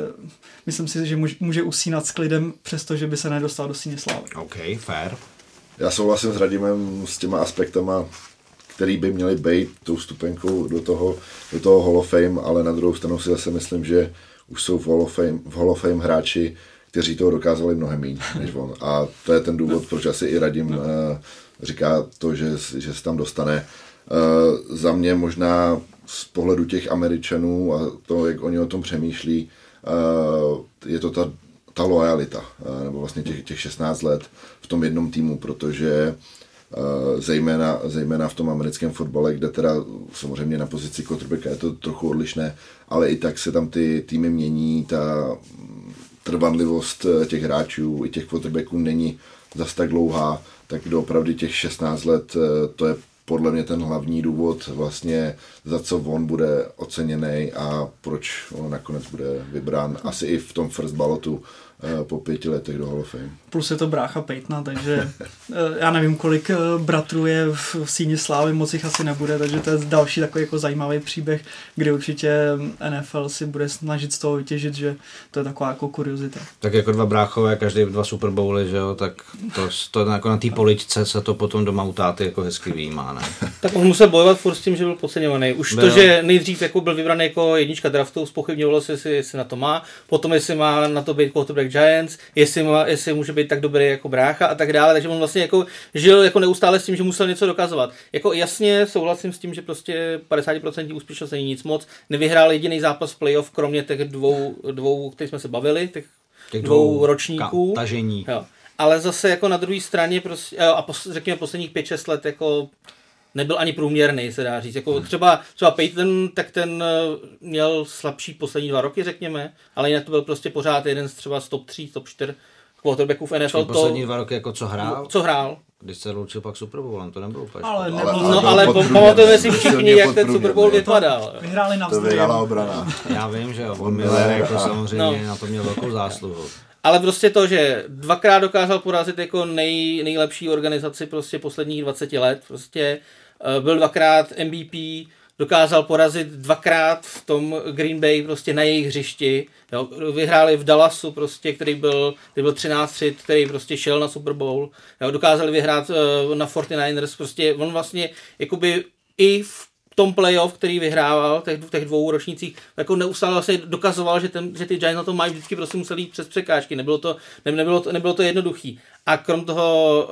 si, že může usínat s klidem, přestože by se nedostal do síně slávy. OK, fair. Já souhlasím s Radimem s těma aspektama, který by měly být tou vstupenkou do toho Hall of Fame, ale na druhou stranu si zase myslím, že už jsou v Hall of Fame hráči, kteří toho dokázali mnohem méně než on. A to je ten důvod, proč asi i Radim říká to, že se tam dostane. Za mě možná z pohledu těch Američanů a to, jak oni o tom přemýšlí, je to ta loajalita, nebo vlastně těch 16 let v tom jednom týmu, protože zejména v tom americkém fotbale, kde teda samozřejmě na pozici quarterbacka je to trochu odlišné, ale i tak se tam ty týmy mění, ta trvanlivost těch hráčů i těch quarterbacků není zas tak dlouhá, tak opravdu těch 16 let, to je podle mě ten hlavní důvod vlastně, za co on bude oceněný a proč on nakonec bude vybrán asi i v tom first ballotu po 5 letech do Hall of Fame. Plus je to brácha Peytona, takže já nevím, kolik bratrů je v síni slávy, moc jich asi nebude, takže to je další takový jako zajímavý příběh, kdy určitě NFL si bude snažit z toho vytěžit, že to je taková jako kuriozita. Tak jako 2 bráchové, každý 2 Super Bowly, že jo, tak to jako na té poličce se to potom doma u táty jako hezky vyjímá, ne? Tak on musel bojovat furt s tím, že byl podceňovaný. Už to, že nejdřív jako byl vybraný jako jednička draftu, zpochybňovalo se, jestli na to má, potom jestli má na to být quarterback Giants, jestli může být tak dobrý jako brácha a tak dále, takže on vlastně jako žil jako neustále s tím, že musel něco dokazovat. Jako jasně souhlasím s tím, že prostě 50% úspěšnost není nic moc, nevyhrál jediný zápas v playoff, kromě těch dvou, kterých jsme se bavili, těch dvou ročníků. Tažení. Jo. Ale zase jako na druhé straně prostě, a řekněme posledních 5-6 let jako nebyl ani průměrný, se dá říct. Jako třeba Peyton, tak ten měl slabší poslední 2 roky, řekněme, ale jinak to byl prostě pořád jeden z třeba z top 3, top 4 quarterbacků v NFL. Poslední 2 roky jako co hrál? Co hrál? Když se loučil pak Super Bowlem, to nebylo úplně ale pamatujeme si všichni, jak ten Super Bowl vypadal. Vyhráli navzdory. To vyhrála obrana. Já vím, že jo, on Miller jako samozřejmě na to měl velkou zásluhu. Ale prostě to, že 2krát dokázal porazit jako nejlepší organizaci prostě posledních 20 let, prostě byl 2krát MVP, dokázal porazit 2krát v tom Green Bay prostě na jejich hřišti. Jo. Vyhráli v Dallasu prostě, který byl 13-3, který prostě šel na Super Bowl. Jo. Dokázali vyhrát na 49ers. Prostě on vlastně jakoby i v tom playoff, který vyhrával v těch 2 ročnících, jako neustále vlastně dokazoval, že ty Giants na to mají vždycky prostě museli jít přes překážky. Nebylo to jednoduchý. A krom toho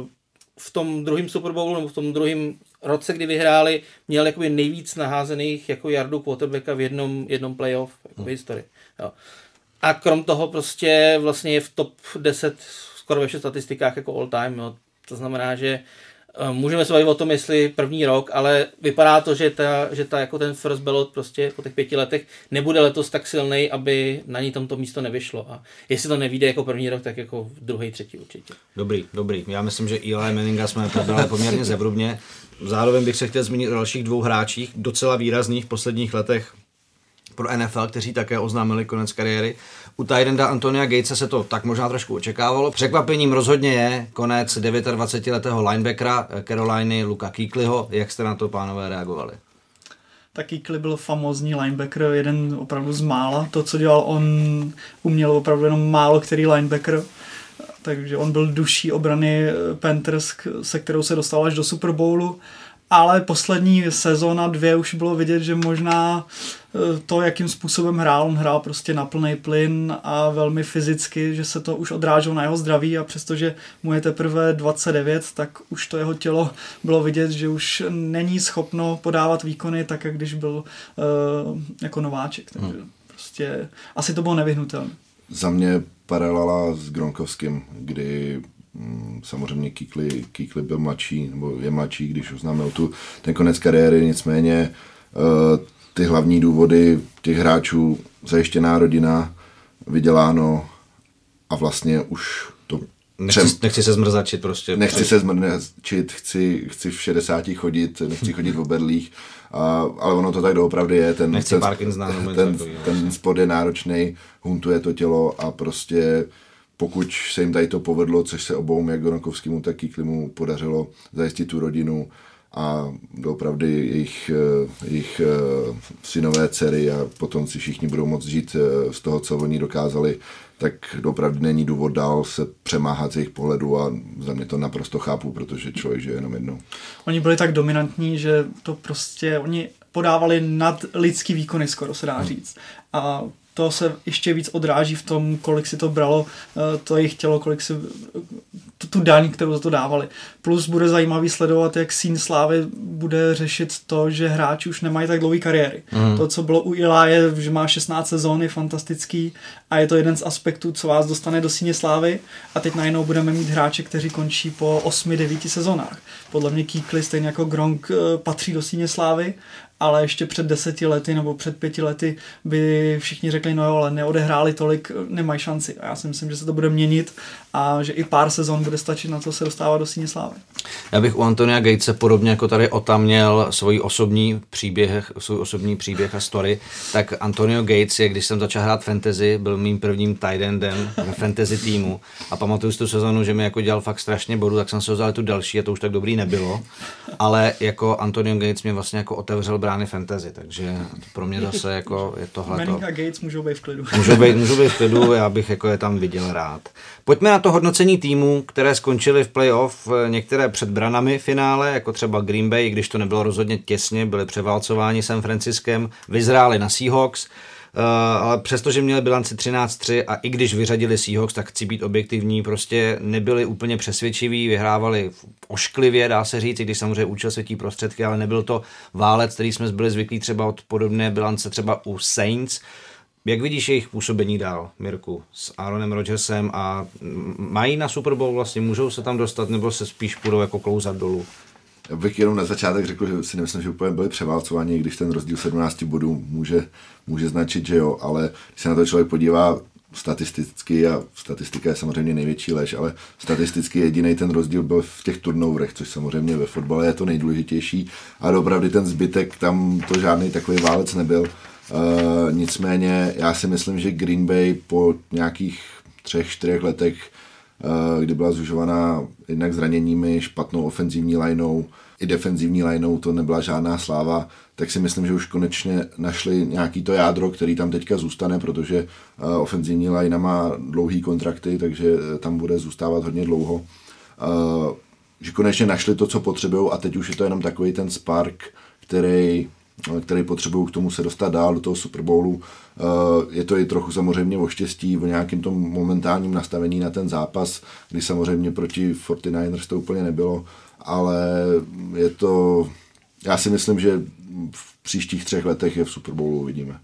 v tom druhém Super Bowlu nebo v tom druhém roce, kdy vyhráli, měl jakoby nejvíc naházených jako yardů quarterbacka v jednom playoff jako v historii. Jo. A krom toho prostě vlastně je v top 10 skoro ve všech statistikách jako all time. Jo. To znamená, že můžeme se bavit o tom, jestli první rok, ale vypadá to, že ta jako ten first ballot prostě po těch 5 letech nebude letos tak silnej, aby na ní tomto místo nevyšlo. A jestli to nevyjde jako první rok, tak jako v druhý, třetí určitě. Dobrý. Já myslím, že Eli Manninga jsme probrali poměrně zevrubně. Zároveň bych se chtěl zmínit o dalších 2 hráčích, docela výrazných v posledních letech pro NFL, kteří také oznámili konec kariéry. U tight enda Antonia Gatese se to tak možná trošku očekávalo. Překvapením rozhodně je konec 29letého linebackera Caroliny Luka Kuechlyho. Jak jste na to, pánové, reagovali? Tak Kuechly byl famózní linebacker, jeden opravdu z mála. To, co dělal on, uměl opravdu jenom málo který linebacker. Takže on byl duší obrany Panthers, se kterou se dostal až do Super Bowlu. Ale poslední sezóna 2 už bylo vidět, že možná to, jakým způsobem hrál, on hrál prostě na plný plyn a velmi fyzicky, že se to už odráželo na jeho zdraví a přestože mu je teprve 29, tak už to jeho tělo bylo vidět, že už není schopno podávat výkony tak, jak když byl jako nováček. Takže prostě asi to bylo nevyhnutelné. Za mě paralela s Gronkovským, kdy samozřejmě Kuechly byl mladší, nebo je mladší, když oznámil ten konec kariéry, nicméně ty hlavní důvody těch hráčů, zajištěná rodina, vyděláno a vlastně už to... Nechci se zmrzačit prostě. Nechci se zmrzačit, chci v 60 chodit, nechci chodit v berlích, ale ono to tak doopravdy je. Ten sport je náročný, huntuje to tělo a prostě pokud se jim tady to povedlo, což se obou, jak Gronkovskému, tak Kuechlymu podařilo zajistit tu rodinu a doopravdy jejich synové, dcery a potom si všichni budou moct žít z toho, co oni dokázali, tak doopravdy není důvod dál se přemáhat z jejich pohledu a za mě to naprosto chápu, protože člověk žije jenom jednou. Oni byli tak dominantní, že to prostě, oni podávali nadlidský výkony, skoro se dá říct. A to se ještě víc odráží v tom, kolik si to bralo, to jejich tělo, kolik si tu daň, kterou za to dávali. Plus bude zajímavý sledovat, jak Syn Slávy bude řešit to, že hráči už nemají tak dlouhý kariéry. To, co bylo u Ilaje, že má 16 sezón, je fantastický a je to jeden z aspektů, co vás dostane do Síně Slávy a teď najednou budeme mít hráče, kteří končí po 8-9 sezónách. Podle mě Kuechly, stejně jako Gronk, patří do Síně Slávy, ale ještě před 10 lety nebo před 5 lety by všichni řekli, no jo, ale neodehráli tolik, nemají šanci. A já si myslím, že se to bude měnit a že i pár sezon bude stačit na to se dostávat do Síně Slávy. Já bych u Antonia Gatese podobně jako tady Ota měl svůj osobní příběh a story, tak Antonio Gates je, když jsem začal hrát fantasy, byl mým prvním tight endem ve fantasy týmu a pamatuju si tu sezonu, že mi jako dělal fakt strašně bodů, tak jsem se vzal tu další a to už tak dobrý nebylo, ale jako Antonio Gates mě vlastně jako otevřel brány fantasy, takže pro mě zase jako je tohleto. Manning a Gates můžou být v klidu. Můžou být v klidu, já bych jako je tam viděl rád. Pojďme na to hodnocení týmů, které skončily v playoff, některé před branami finále, jako třeba Green Bay, i když to nebylo rozhodně těsně, byli převálcováni San Franciskem, vyzráli na Seahawks, ale přestože měli bilanci 13-3 a i když vyřadili Seahawks, tak chci být objektivní, prostě nebyli úplně přesvědčiví, vyhrávali ošklivě, dá se říct, i když samozřejmě účel světí prostředky, ale nebyl to válec, který jsme byli zvyklí třeba od podobné bilance třeba u Saints. Jak vidíš jejich působení dál, Mirku, s Aaronem Rodgersem a mají na Super Bowl vlastně, můžou se tam dostat, nebo se spíš půjdou jako klouzat dolů? Já bych jenom na začátek řekl, že si nemyslím, že úplně byli převálcováni, když ten rozdíl 17 bodů může značit, že jo, ale když se na to člověk podívá statisticky, a statistika je samozřejmě největší lež, ale statisticky jediný ten rozdíl byl v těch turnoverech, což samozřejmě ve fotbale je to nejdůležitější, ale opravdu ten zbytek, tam to žádný takový válec nebyl. Nicméně já si myslím, že Green Bay po nějakých 3-4 letech kdy byla zužovaná jednak zraněními, špatnou ofenzivní lineou, i defenzivní lineou, to nebyla žádná sláva, tak si myslím, že už konečně našli nějaký to jádro, který tam teďka zůstane, protože ofenzivní line má dlouhý kontrakty, takže tam bude zůstávat hodně dlouho. Že konečně našli to, co potřebují a teď už je to jenom takový ten spark, který potřebují k tomu se dostat dál do toho Super Bowlu. Je to i trochu samozřejmě o štěstí, o nějakým tom momentálním nastavení na ten zápas, kdy samozřejmě proti 49ers to úplně nebylo, ale je to, já si myslím, že v příštích 3 letech je v Super Bowlu uvidíme.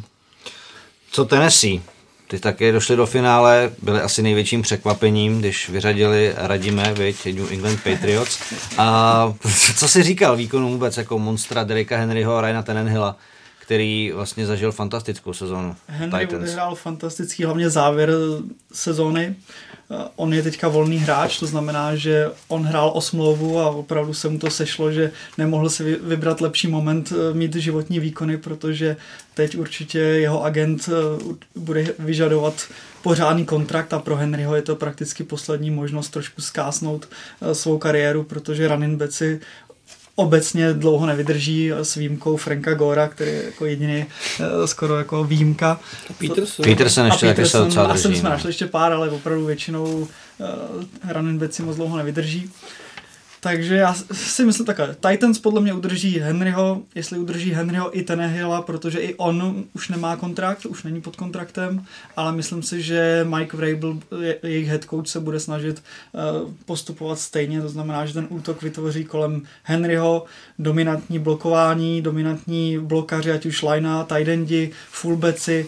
Co Tennessee? Ty taky došli do finále, byli asi největším překvapením, když vyřadili, radíme, New England Patriots. A co si říkal výkonu vůbec jako monstra Derricka Henryho a Ryana Tannehilla, který vlastně zažil fantastickou sezónu Henry Titans. odehrál fantastický, hlavně závěr sezóny. On je teďka volný hráč, to znamená, že on hrál o smlouvu a opravdu se mu to sešlo, že nemohl si vybrat lepší moment mít životní výkony, protože teď určitě jeho agent bude vyžadovat pořádný kontrakt a pro Henryho je to prakticky poslední možnost trošku zkásnout svou kariéru, protože running backi obecně dlouho nevydrží s výjimkou Franka Gora, který je jako jediný skoro jako výjimka. Peterson ještě taky se docela drží. Jsme našli ještě pár, ale opravdu většinou running backi moc dlouho nevydrží. Takže já si myslím takhle, Titans podle mě udrží Henryho, jestli udrží Henryho i Tannehilla, protože i on už nemá kontrakt, už není pod kontraktem, ale myslím si, že Mike Vrabel, jejich head coach, se bude snažit postupovat stejně, to znamená, že ten útok vytvoří kolem Henryho, dominantní blokování, dominantní blokaři, ať už linea, tight endi, fullbacki,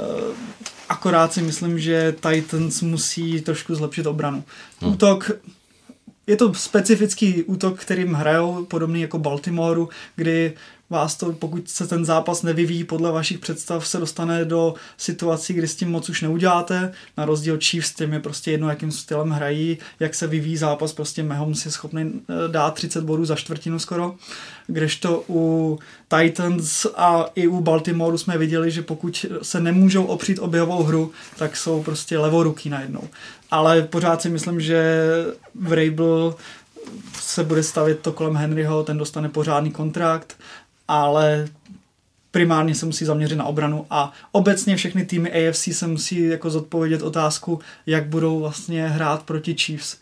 akorát si myslím, že Titans musí trošku zlepšit obranu. Útok, je to specifický útok, kterým hrajou, podobný jako Baltimoreu, kdy vás to, pokud se ten zápas nevyvíjí podle vašich představ, se dostane do situací, kdy s tím moc už neuděláte. Na rozdíl Chiefs, tím je prostě jedno, jakým stylem hrají, jak se vyvíjí zápas, prostě Mahomes je schopný dát 30 bodů za čtvrtinu skoro. Kdežto u Titans a i u Baltimoreu jsme viděli, že pokud se nemůžou opřít o běhovou hru, tak jsou prostě levoruký najednou. Ale pořád si myslím, že Vrabel se bude stavět to kolem Henryho, ten dostane pořádný kontrakt, ale primárně se musí zaměřit na obranu a obecně všechny týmy AFC se musí jako zodpovědět otázku, jak budou vlastně hrát proti Chiefs,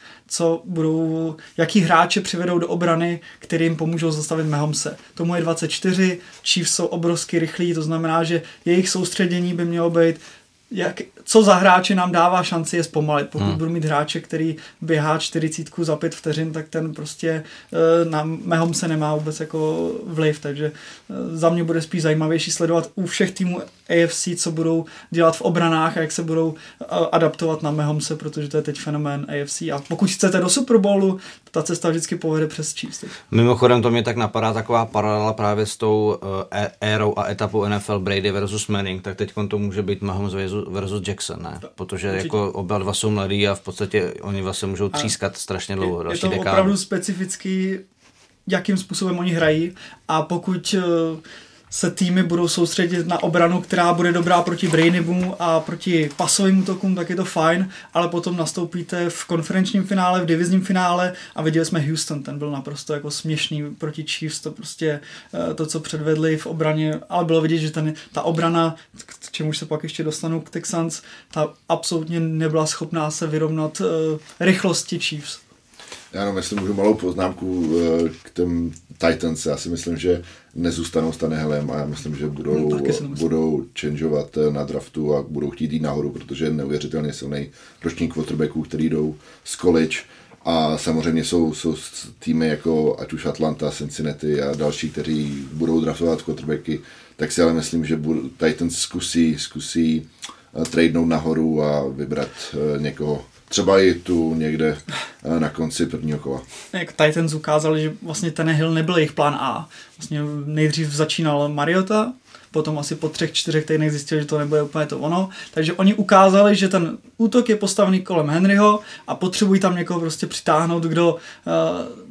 jaký hráče přivedou do obrany, který jim pomůžou zastavit Mahomese. Tomu je 24, Chiefs jsou obrovsky rychlí, to znamená, že jejich soustředění by mělo být co za hráče nám dává šanci je zpomalit. Pokud budu mít hráče, který běhá 40 za 5 vteřin, tak ten prostě na Mahomese nemá vůbec jako vliv, takže za mě bude spíš zajímavější sledovat u všech týmů AFC, co budou dělat v obranách a jak se budou adaptovat na Mahomese, protože to je teď fenomén AFC a pokud chcete do Super Bowlu, ta cesta vždycky povede přes Chiefs. Mimochodem to mě tak napadá taková paralela právě s tou érou a etapou NFL Brady versus Manning, tak teď to může být Mahomes versus Jackson, ne? Protože jako oba dva jsou mladí a v podstatě oni vlastně můžou třískat strašně dlouho. Je to opravdu specificky, jakým způsobem oni hrají a pokud se týmy budou soustředit na obranu, která bude dobrá proti Bradymu a proti pasovým útokům, tak je to fajn, ale potom nastoupíte v konferenčním finále, v divizním finále a viděli jsme Houston, ten byl naprosto jako směšný proti Chiefs, to prostě to, co předvedli v obraně, ale bylo vidět, že ta obrana, k čemuž se pak ještě dostanu k Texans, ta absolutně nebyla schopná se vyrovnat rychlosti Chiefs. Já jenom jestli můžu malou poznámku k těm Titans. Já si myslím, že nezůstanou s Tannehillem a já myslím, že budou changeovat na draftu a budou chtít jít nahoru, protože je neuvěřitelně silný ročník quarterbacků, který jdou z college a samozřejmě jsou týmy jako ať už Atlanta, Cincinnati a další, kteří budou draftovat quarterbacky, tak si ale myslím, že Titans zkusí tradenout nahoru a vybrat někoho. Třeba i tu někde na konci prvního kola. Jak Titans ukázali, že vlastně Tannehill nebyl jejich plán A. Vlastně nejdřív začínal Mariota, potom asi po 3-4 týdnech zjistili, že to nebude úplně to ono. Takže oni ukázali, že ten útok je postavený kolem Henryho a potřebují tam někoho prostě přitáhnout, kdo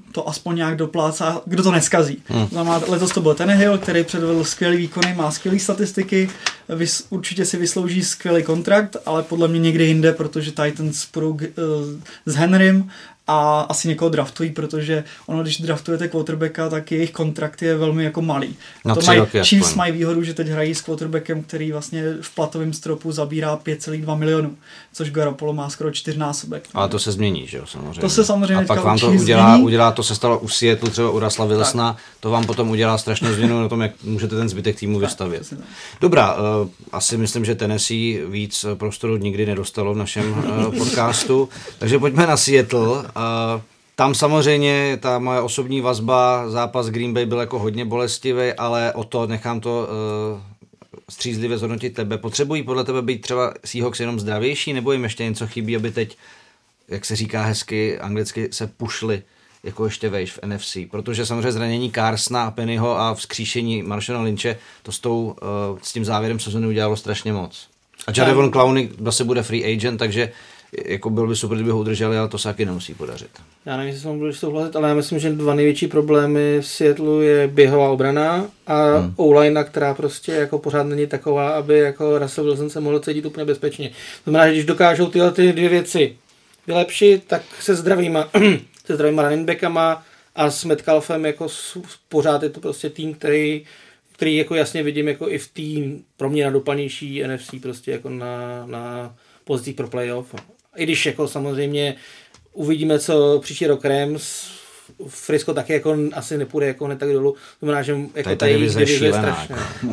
to aspoň nějak doplácá, kdo to neskazí. Znamená, letos to byl Tannehill, který předvedl skvělý výkony, má skvělé statistiky, určitě si vyslouží skvělý kontrakt, ale podle mě někde jinde, protože Titans půjdou s Henrym a asi někoho draftují, protože ono, když draftujete quarterbacka, tak jejich kontrakt je velmi jako malý. Chiefs mají výhodu, že teď hrají s quarterbackem, který vlastně v platovém stropu zabírá 5,2 milionů, což Garoppolo má skoro 4násobek. Ale to se změní, že jo, samozřejmě. To se samozřejmě a pak vám to udělá, to se stalo u Seattle, třeba u Russella Wilsona, to vám potom udělá strašnou změnu na tom, jak můžete ten zbytek týmu vystavět. Dobrá, asi myslím, že Tennessee víc prostoru nikdy nedostalo v našem podcastu, takže pojďme na Seattle. Tam samozřejmě ta moje osobní vazba, zápas Green Bay byl jako hodně bolestivý, ale o to nechám to střízlivě zhodnotit tebe. Potřebují podle tebe být třeba Seahawks jenom zdravější, nebo jim ještě něco chybí, aby teď, jak se říká hezky anglicky, se pušli jako ještě vejš v NFC? Protože samozřejmě zranění Carsona a Pennyho a vzkříšení Marshalla Lynche to s tím závěrem sezóny udělalo strašně moc. A Jadeveon Clowney zase bude free agent, takže jako byl by super, kdyby ho udrželi, ale to se taky nemusí podařit. Já nevím, jestli jsem byl souhlasit, ale já myslím, že dva největší problémy v Seattleu je běhová obrana a O-line, která prostě jako pořád není taková, aby jako Russell Wilson se mohl cítit úplně bezpečně. To znamená, že když dokážou tyhle ty dvě věci vylepšit, tak se zdravýma running backama a s Metcalfem jako pořád je to prostě tým, který jako jasně vidím jako i v tým pro mě nadoplnější NFC prostě jako na pozicích pro playoff. I když jako samozřejmě uvidíme, co příští rok Rams, Frisco taky jako asi nepůjde jako hned tak dolů. To znamená, že jako ta divize je strašná.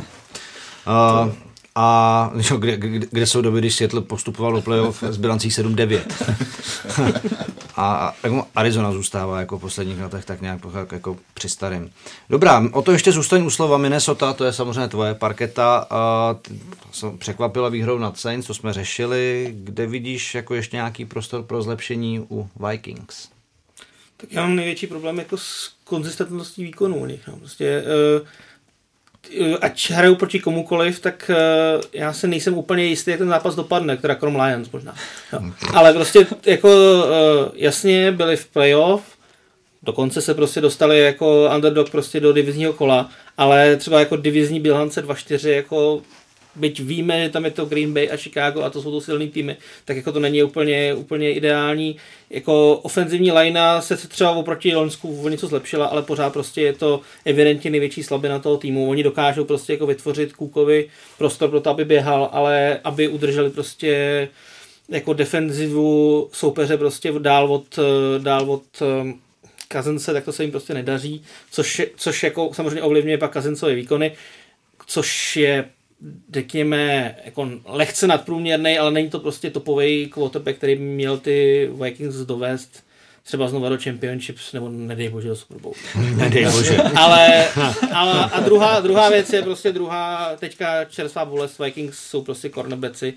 A kde jsou doby, když Seattle postupoval do playoff s bilancí 7-9. a Arizona zůstává jako v posledních letech tak nějak jako při starým. Dobrá, o to ještě zůstaň u slova. Minnesota, to je samozřejmě tvoje parketa. Překvapila výhrou nad Saints, to jsme řešili. Kde vidíš jako ještě nějaký prostor pro zlepšení u Vikings? Tak já mám největší problém jako s konzistentností výkonů u nich. No. Prostě ať hrajou proti komukoliv, tak já se nejsem úplně jistý, jak ten zápas dopadne, teda krom Lions možná. No. Ale prostě jako jasně byli v playoff, dokonce se prostě dostali jako underdog prostě do divizního kola, ale třeba jako divizní bilance 2-4 jako byť víme, že tam je to Green Bay a Chicago a to jsou to silný týmy, tak jako to není úplně ideální. Jako ofenzivní linea se třeba oproti Loňsku o něco zlepšila, ale pořád prostě je to evidentně největší slabina toho týmu. Oni dokážou prostě jako vytvořit Cookovi prostor pro to, aby běhal, ale aby udrželi prostě jako defenzivu soupeře prostě dál od Cousinse, tak to se jim prostě nedaří, což jako samozřejmě ovlivňuje pak Cousinsové výkony, což je řekněme jako lehce nadprůměrný, ale není to prostě topový quarterback, který by měl ty Vikings dovést třeba znova do Championships, nebo nedej bože do Super Bowl. Nedej bože. ale druhá věc je prostě teďka čerstvá bolest Vikings jsou prostě cornerbacki,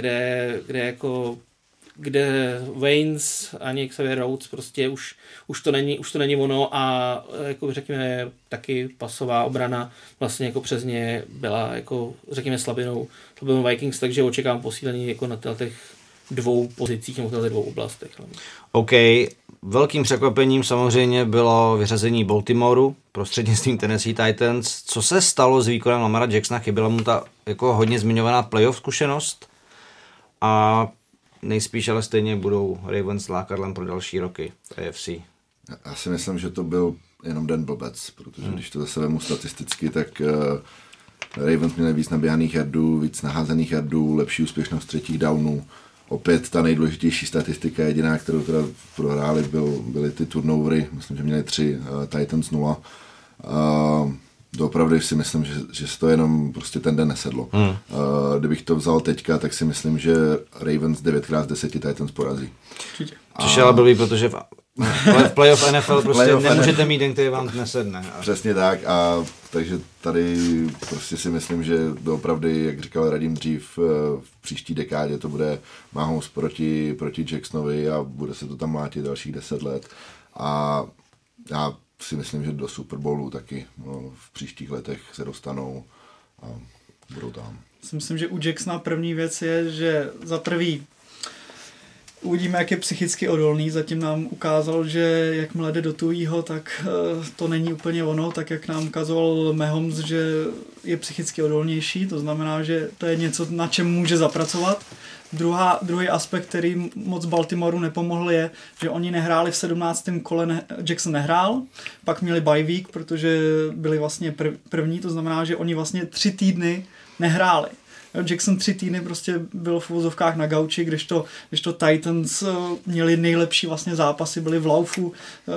kde Waynes ani Xavier Rhodes prostě už to není ono a jako řekněme taky pasová obrana vlastně jako přes ně byla jako řekněme slabinou Vikings, takže očekávám posílení jako na těch dvou pozicích nebo na těch dvou oblastech. OK, velkým překvapením samozřejmě bylo vyřazení Baltimoreu prostřednictvím Tennessee Titans. Co se stalo s výkonem Lamara Jacksona? Chyběla mu ta jako hodně zmiňovaná playoff zkušenost a nejspíš ale stejně budou Ravens lákadlem pro další roky v AFC. Já si myslím, že to byl jenom den blbec, protože když to zase vemu statisticky, tak Ravens měli víc naběhaných yardů, víc naházených yardů, lepší úspěšnost třetích downů. Opět ta nejdůležitější statistika, jediná, kterou teda prohráli, byly ty turnovery, myslím, že měli 3, Titans 0. Doopravdy si myslím, že se to jenom prostě ten den nesedlo. Kdybych to vzal teďka, tak si myslím, že Ravens 9x10 Titans porazí. Což ale blbý, protože v playoff NFL prostě nemůžete mít den, který vám nesedne. Přesně tak, a takže tady prostě si myslím, že doopravdy, jak říkal Radim dřív, v příští dekádě to bude Mahomes proti Jacksonovi a bude se to tam mlátit dalších 10 let. A já si myslím, že do Super Bowlu taky v příštích letech se dostanou a budou tam. Myslím, že u Jacksona první věc je, že za prvý Uvidíme, jak je psychicky odolný. Zatím nám ukázal, že jakmile jde do tujího, tak to není úplně ono, tak jak nám ukazoval Mahomes, že je psychicky odolnější, to znamená, že to je něco, na čem může zapracovat. Druhý aspekt, který moc Baltimoru nepomohl, je, že oni nehráli v 17. kole, Jackson nehrál, pak měli bye week, protože byli vlastně první, to znamená, že oni vlastně 3 týdny nehráli. Jackson 3 týdny prostě byl v uvozovkách na gauči, kdežto Titans měli nejlepší vlastně zápasy, byli v laufu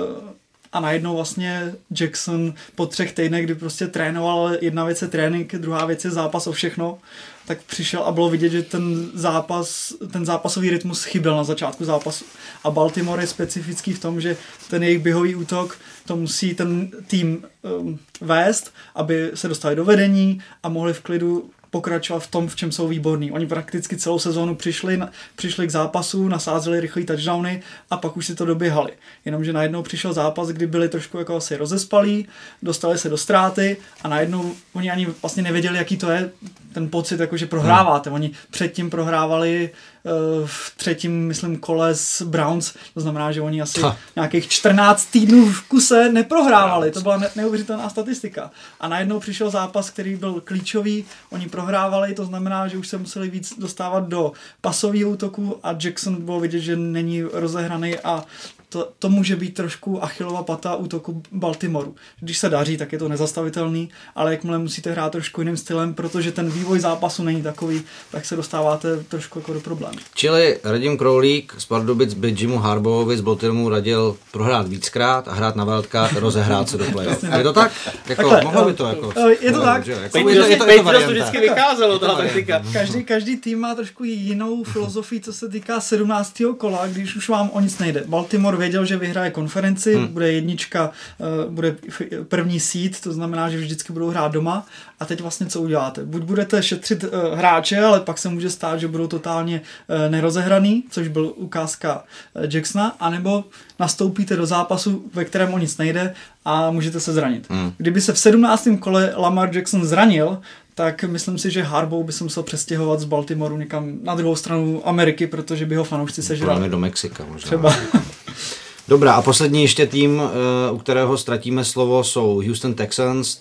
a najednou vlastně Jackson po 3 týdnech, kdy prostě trénoval, jedna věc je trénink, druhá věc je zápas o všechno, tak přišel a bylo vidět, že ten zápasový rytmus chyběl na začátku zápasu. A Baltimore je specifický v tom, že ten jejich běhový útok, to musí ten tým vést, aby se dostali do vedení a mohli v klidu pokračovat v tom, v čem jsou výborní. Oni prakticky celou sezónu přišli k zápasu, nasázeli rychlý touchdowny a pak už si to doběhali. Jenomže najednou přišel zápas, kdy byli trošku jako asi rozespalí, dostali se do ztráty a najednou oni ani vlastně nevěděli, jaký to je ten pocit, jako že prohráváte. Oni předtím prohrávali v 3. myslím kole s Browns, to znamená, že oni asi nějakých 14 týdnů v kuse neprohrávali, to byla neuvěřitelná statistika. A najednou přišel zápas, který byl klíčový, oni prohrávali, to znamená, že už se museli víc dostávat do pasového útoku a Jackson bylo vidět, že není rozehraný a to může být trošku Achillova pata útoku Baltimoru. Když se daří, tak je to nezastavitelný, ale jakmile musíte hrát trošku jiným stylem, protože ten vývoj zápasu není takový, tak se dostáváte trošku jako do problémů. Čili Radim Królík z Pardubic by Jimu Harbauovi z Baltimoru radil prohrát víckrát a hrát na wildcard, rozehrát se do playoff. Je to tak? Jako, mohlo by to jako... Je to tak. To vždycky vycházelo, ta taktika. Každý tým má trošku jinou filozofii, co se týká 17. kola, když už vám o nic nejde. Baltimore věděl, že vyhraje konferenci, bude jednička, bude první seed, to znamená, že vždycky budou hrát doma a teď vlastně co uděláte? Buď budete šetřit hráče, ale pak se může stát, že budou totálně nerozehraný, což byl ukázka Jacksona, anebo nastoupíte do zápasu, ve kterém o nic nejde a můžete se zranit. Kdyby se v 17. kole Lamar Jackson zranil, tak myslím si, že Harbaugh by se musel přestěhovat z Baltimoru někam na druhou stranu Ameriky, protože by ho fanoušci sežrali. Do Mexika možná. Třeba. Dobrá, a poslední ještě tým, u kterého ztratíme slovo, jsou Houston Texans.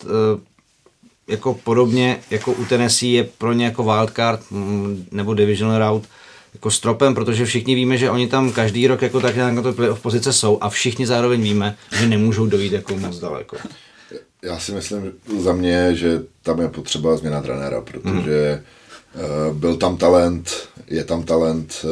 Jako podobně jako u Tennessee je pro ně jako wildcard nebo divisional round jako stropem, protože všichni víme, že oni tam každý rok jako tak nějak na to playoff pozice jsou a všichni zároveň víme, že nemůžou dojít jako moc daleko. Já si myslím za mě, že tam je potřeba změna trenéra, protože byl tam talent, je tam talent,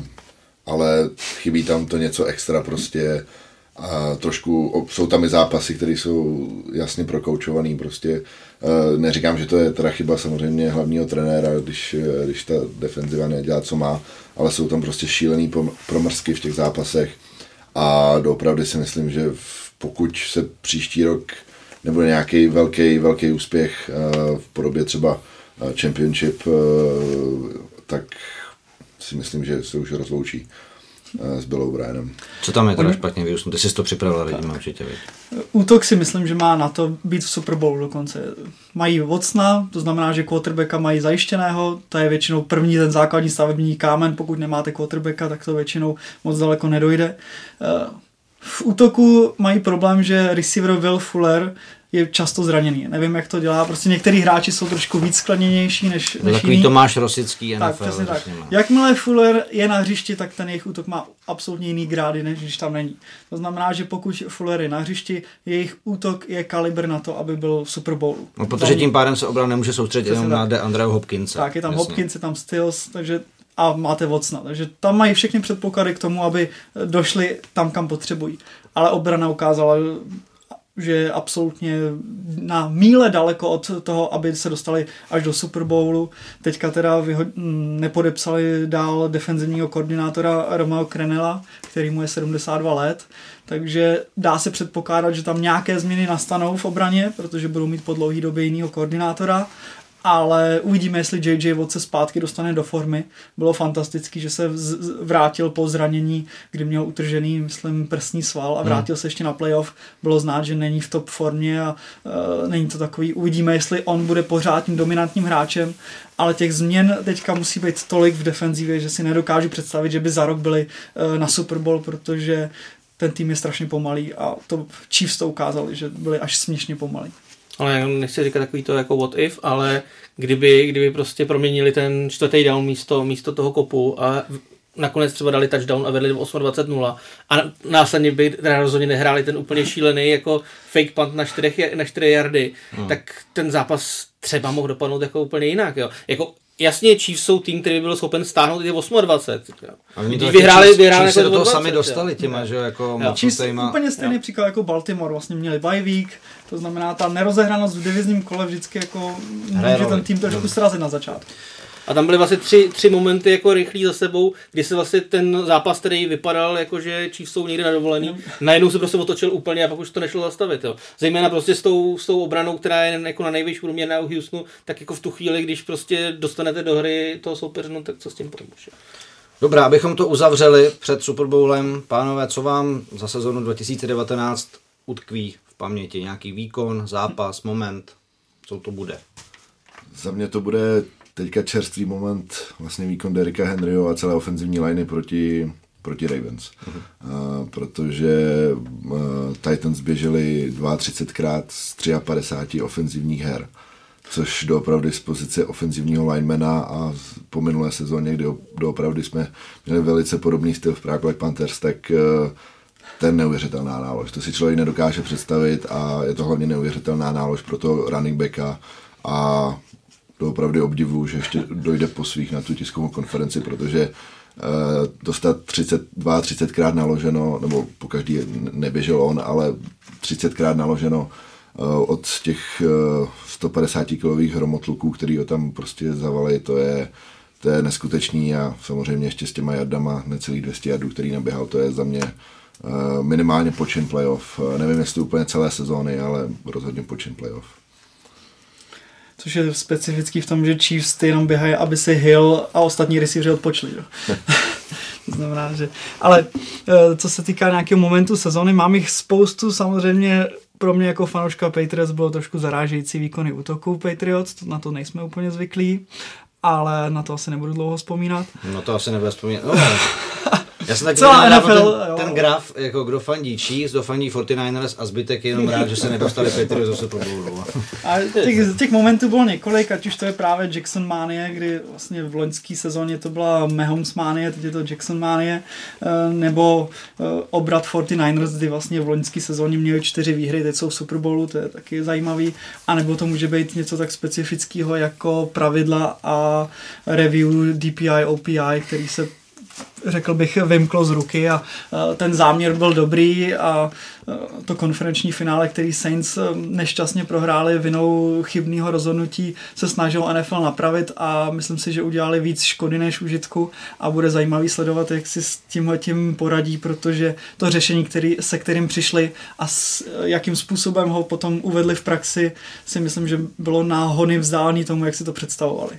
ale chybí tam to něco extra prostě a trošku jsou tam i zápasy, které jsou jasně prokoučovaný prostě. Neříkám, že to je teda chyba samozřejmě hlavního trenéra, když ta defenziva nedělá, co má, ale jsou tam prostě šílený promrzky v těch zápasech a doopravdy si myslím, že pokud se příští rok nebude nějaký velký úspěch v podobě třeba championship, tak si myslím, že se už rozloučí s Billou O'Brienem. Co tam je teda špatně vyrůstnu? Ty jsi to připravil lidem určitě. Útok si myslím, že má na to být v Super Bowlu dokonce. Mají Watsona, to znamená, že quarterbacka mají zajištěného, to je většinou první ten základní stavební kámen, pokud nemáte quarterbacka, tak to většinou moc daleko nedojde. V útoku mají problém, že receiver Will Fuller je často zraněný. Nevím, jak to dělá. Prostě některý hráči jsou trošku víc skladněnější než takový jiný. Tomáš Rosický NFL. Tak, přesně tak. Jakmile Fuller je na hřišti, tak ten jejich útok má absolutně jiný grády, než když tam není. To znamená, že pokud Fuller je na hřišti, jejich útok je kalibr na to, aby byl v Super Bowlu. No, protože tím pádem se obrana nemůže soustředit jenom na DeAndreho Hopkinse. Tak, je tam Hopkins, je tam Stills, takže a máte Watsona. Takže tam mají všechny předpoklady k tomu, aby došli tam, kam potřebují. Ale obrana ukázala, že je absolutně na míle daleko od toho, aby se dostali až do Super Bowlu. Teďka teda nepodepsali dál defenzivního koordinátora Romeo Crennela, který mu je 72 let, takže dá se předpokládat, že tam nějaké změny nastanou v obraně, protože budou mít po dlouhé době jinýho koordinátora ale uvidíme, jestli JJ Watt se zpátky dostane do formy. Bylo fantastický, že se vrátil po zranění, kdy měl utržený, myslím, prsní sval a vrátil se ještě na playoff. Bylo znát, že není v top formě a není to takový. Uvidíme, jestli on bude pořád tím dominantním hráčem, ale těch změn teďka musí být tolik v defenzivě, že si nedokážu představit, že by za rok byli na Super Bowl, protože ten tým je strašně pomalý a to Chiefs to ukázali, že byli až směšně pomalý. Ale já nechci říkat takový to jako what if, ale kdyby prostě proměnili ten čtvrtý down místo toho kopu a nakonec třeba dali touchdown a vedli 28-0 a následně by rozhodně nehráli ten úplně šílený jako fake punt na 4 yardy, tak ten zápas třeba mohl dopadnout jako úplně jinak. Jo. Jako jasně, Chiefs jsou tým, který by byl schopen stáhnout i 28. A oni to vyhráli se jako do toho 20, sami dostali těma, že jako Chiefs úplně stejný příklad jako Baltimore, vlastně měli bye week, to znamená ta nerozehranost v divizním kole vždycky jako může ten tým trošku srazit na začátku. A tam byly vlastně tři momenty jako rychlý za sebou, kdy se vlastně ten zápas, který vypadal jako, že Chiefs jsou někde na dovolený, najednou se prostě otočil úplně a pak už to nešlo zastavit. Jo. Zejména prostě s tou obranou, která je jako na nejvyšší průměrná u Houstonu, tak jako v tu chvíli, když prostě dostanete do hry toho soupeře, no tak co s tím pomůže. Dobrá, abychom to uzavřeli před Super Bowlem. Pánové, co vám za sezonu 2019 utkví v paměti? Nějaký výkon, zápas, moment? Co to bude? Za mě to bude teďka čerstvý moment, vlastně výkon Derricka Henryho a celé ofenzivní liney proti Ravens. Protože Titans běželi 32krát z 53 ofenzivních her, což doopravdy z pozice ofenzivního linemana a po minulé sezóně, kdy doopravdy jsme měli velice podobný styl v Prague Black Panthers, tak ten neuvěřitelná nálož. To si člověk nedokáže představit a je to hlavně neuvěřitelná nálož pro toho running backa a doopravdy obdivuju, že ještě dojde po svých na tu tiskovou konferenci, protože dostat 32krát naloženo, nebo pokaždý neběžel on, ale 30krát naloženo od těch 150 kilových hromotluků, který ho tam prostě zavali, to je neskutečný a samozřejmě ještě s těma jardama, necelých 200 jardů, který naběhal, to je za mě minimálně počin playoff. Nevím, jestli úplně celé sezóny, ale rozhodně počin playoff. Což je specifický v tom, že Chiefs jenom běhají, aby si Hill a ostatní receiveři odpočli. To znamená, že... Ale co se týká nějakého momentu sezóny, mám jich spoustu, samozřejmě pro mě jako fanouška Patriots bylo trošku zarážející výkony útoku Patriots, na to nejsme úplně zvyklí, ale na to asi nebudu dlouho vzpomínat. No to asi nebudu vzpomínat. No. Já jsem taky ten graf, jako kdo fandí Chiefs, kdo fandí 49ers a zbytek jenom rád, že se nedostali Patriots zase pro Bowlu. A těch momentů bylo několik, ať už to je právě Jackson Manie, kdy vlastně v loňské sezóně to byla Mahomes Manie, teď je to Jackson Manie, nebo obrat 49ers, kdy vlastně v loňské sezóně měli 4 výhry, teď jsou v Super Bowlu, to je taky zajímavý, a nebo to může být něco tak specifického jako pravidla a review DPI, OPI, který se řekl bych, vymklo z ruky a ten záměr byl dobrý a to konferenční finále, který Saints nešťastně prohráli vinou chybného rozhodnutí, se snažil NFL napravit a myslím si, že udělali víc škody než užitku a bude zajímavý sledovat, jak si s tímhletím poradí, protože to řešení, se kterým přišli a jakým způsobem ho potom uvedli v praxi, si myslím, že bylo náhony vzdálený tomu, jak si to představovali.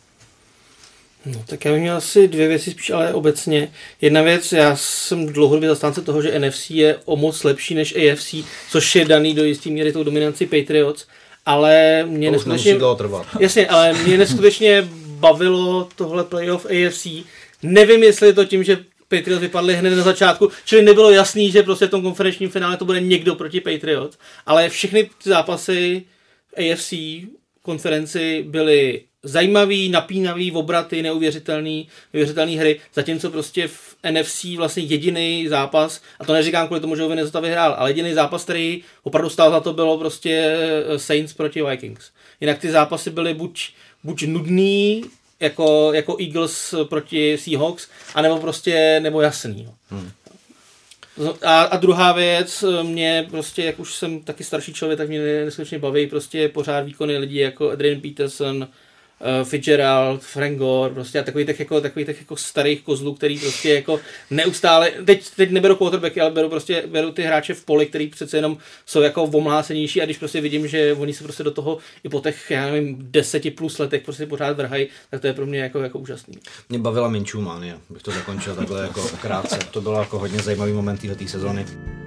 No, tak já bych měl asi 2 věci spíš, ale obecně. Jedna věc, já jsem dlouhodobě zastánce toho, že NFC je o moc lepší než AFC, což je daný do jistý míry tou dominancí Patriots, ale mě neskutečně... Jasně, ale mě neskutečně bavilo tohle playoff AFC. Nevím, jestli je to tím, že Patriots vypadli hned na začátku, čili nebylo jasný, že prostě v tom konferenčním finále to bude někdo proti Patriots, ale všechny zápasy AFC konferenci byly zajímavý, napínavý, obraty, neuvěřitelný hry, zatímco prostě v NFC vlastně jediný zápas, a to neříkám kvůli tomu, že Minnesota vyhrál, ale jediný zápas, který opravdu stál za to, bylo prostě Saints proti Vikings. Jinak ty zápasy byly buď nudný, jako Eagles proti Seahawks, nebo jasný. A druhá věc, mě prostě, jak už jsem taky starší člověk, tak mě neskutečně baví prostě pořád výkony lidí jako Adrian Peterson, Fitzgerald, Frank Gore, prostě a takových těch starých kozlů, který prostě jako neustále, teď neberu quarterbacky, ale beru ty hráče v poli, který přece jenom jsou jako omlácenější a když prostě vidím, že oni se prostě do toho i po těch, já nevím, 10+ letech prostě pořád vrhají, tak to je pro mě jako úžasný. Mě bavila Minshew mania, bych to zakončil takhle jako krátce. To bylo jako hodně zajímavý moment této sezóny.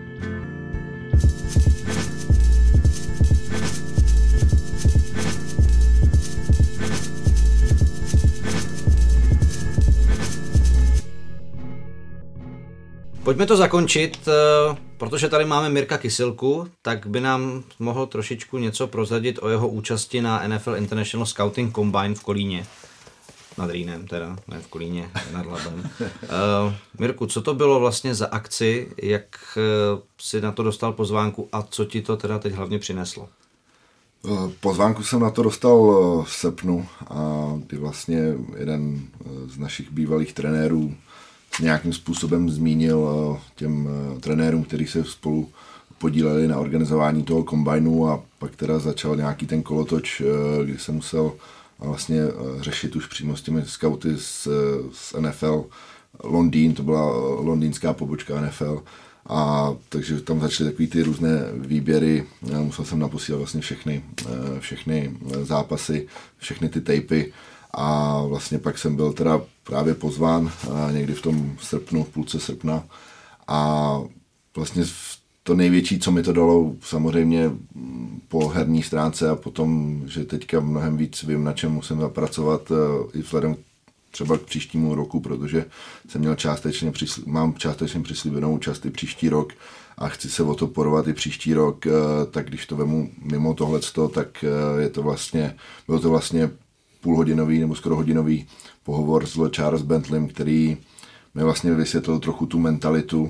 Pojďme to zakončit, protože tady máme Mirka Kysilku, tak by nám mohl trošičku něco prozradit o jeho účasti na NFL International Scouting Combine v Kolíně. Nad Rýnem teda, ne v Kolíně, nad Labem. Mirku, co to bylo vlastně za akci, jak si na to dostal pozvánku a co ti to teda teď hlavně přineslo? Pozvánku jsem na to dostal v srpnu a kdy vlastně jeden z našich bývalých trenérů nějakým způsobem zmínil těm trenérům, kteří se spolu podíleli na organizování toho kombajnu a pak teda začal nějaký ten kolotoč, kdy se musel vlastně řešit už přímo s těmi skauty z NFL Londýn, to byla londýnská pobočka NFL a takže tam začaly takový ty různé výběry, musel jsem naposílat vlastně všechny zápasy, všechny ty tapy a vlastně pak jsem byl teda právě pozván někdy v tom srpnu, v půlce srpna a vlastně to největší, co mi to dalo samozřejmě po herní stránce a potom, že teďka mnohem víc vím, na čem musím zapracovat i vzhledem třeba k příštímu roku, protože jsem mám částečně přislíbenou účast i příští rok a chci se o to porovat i příští rok, tak když to vemu mimo tohleto, tak bylo to vlastně půlhodinový nebo skoro hodinový pohovor s Charles Bentleym, který mi vlastně vysvětlil trochu tu mentalitu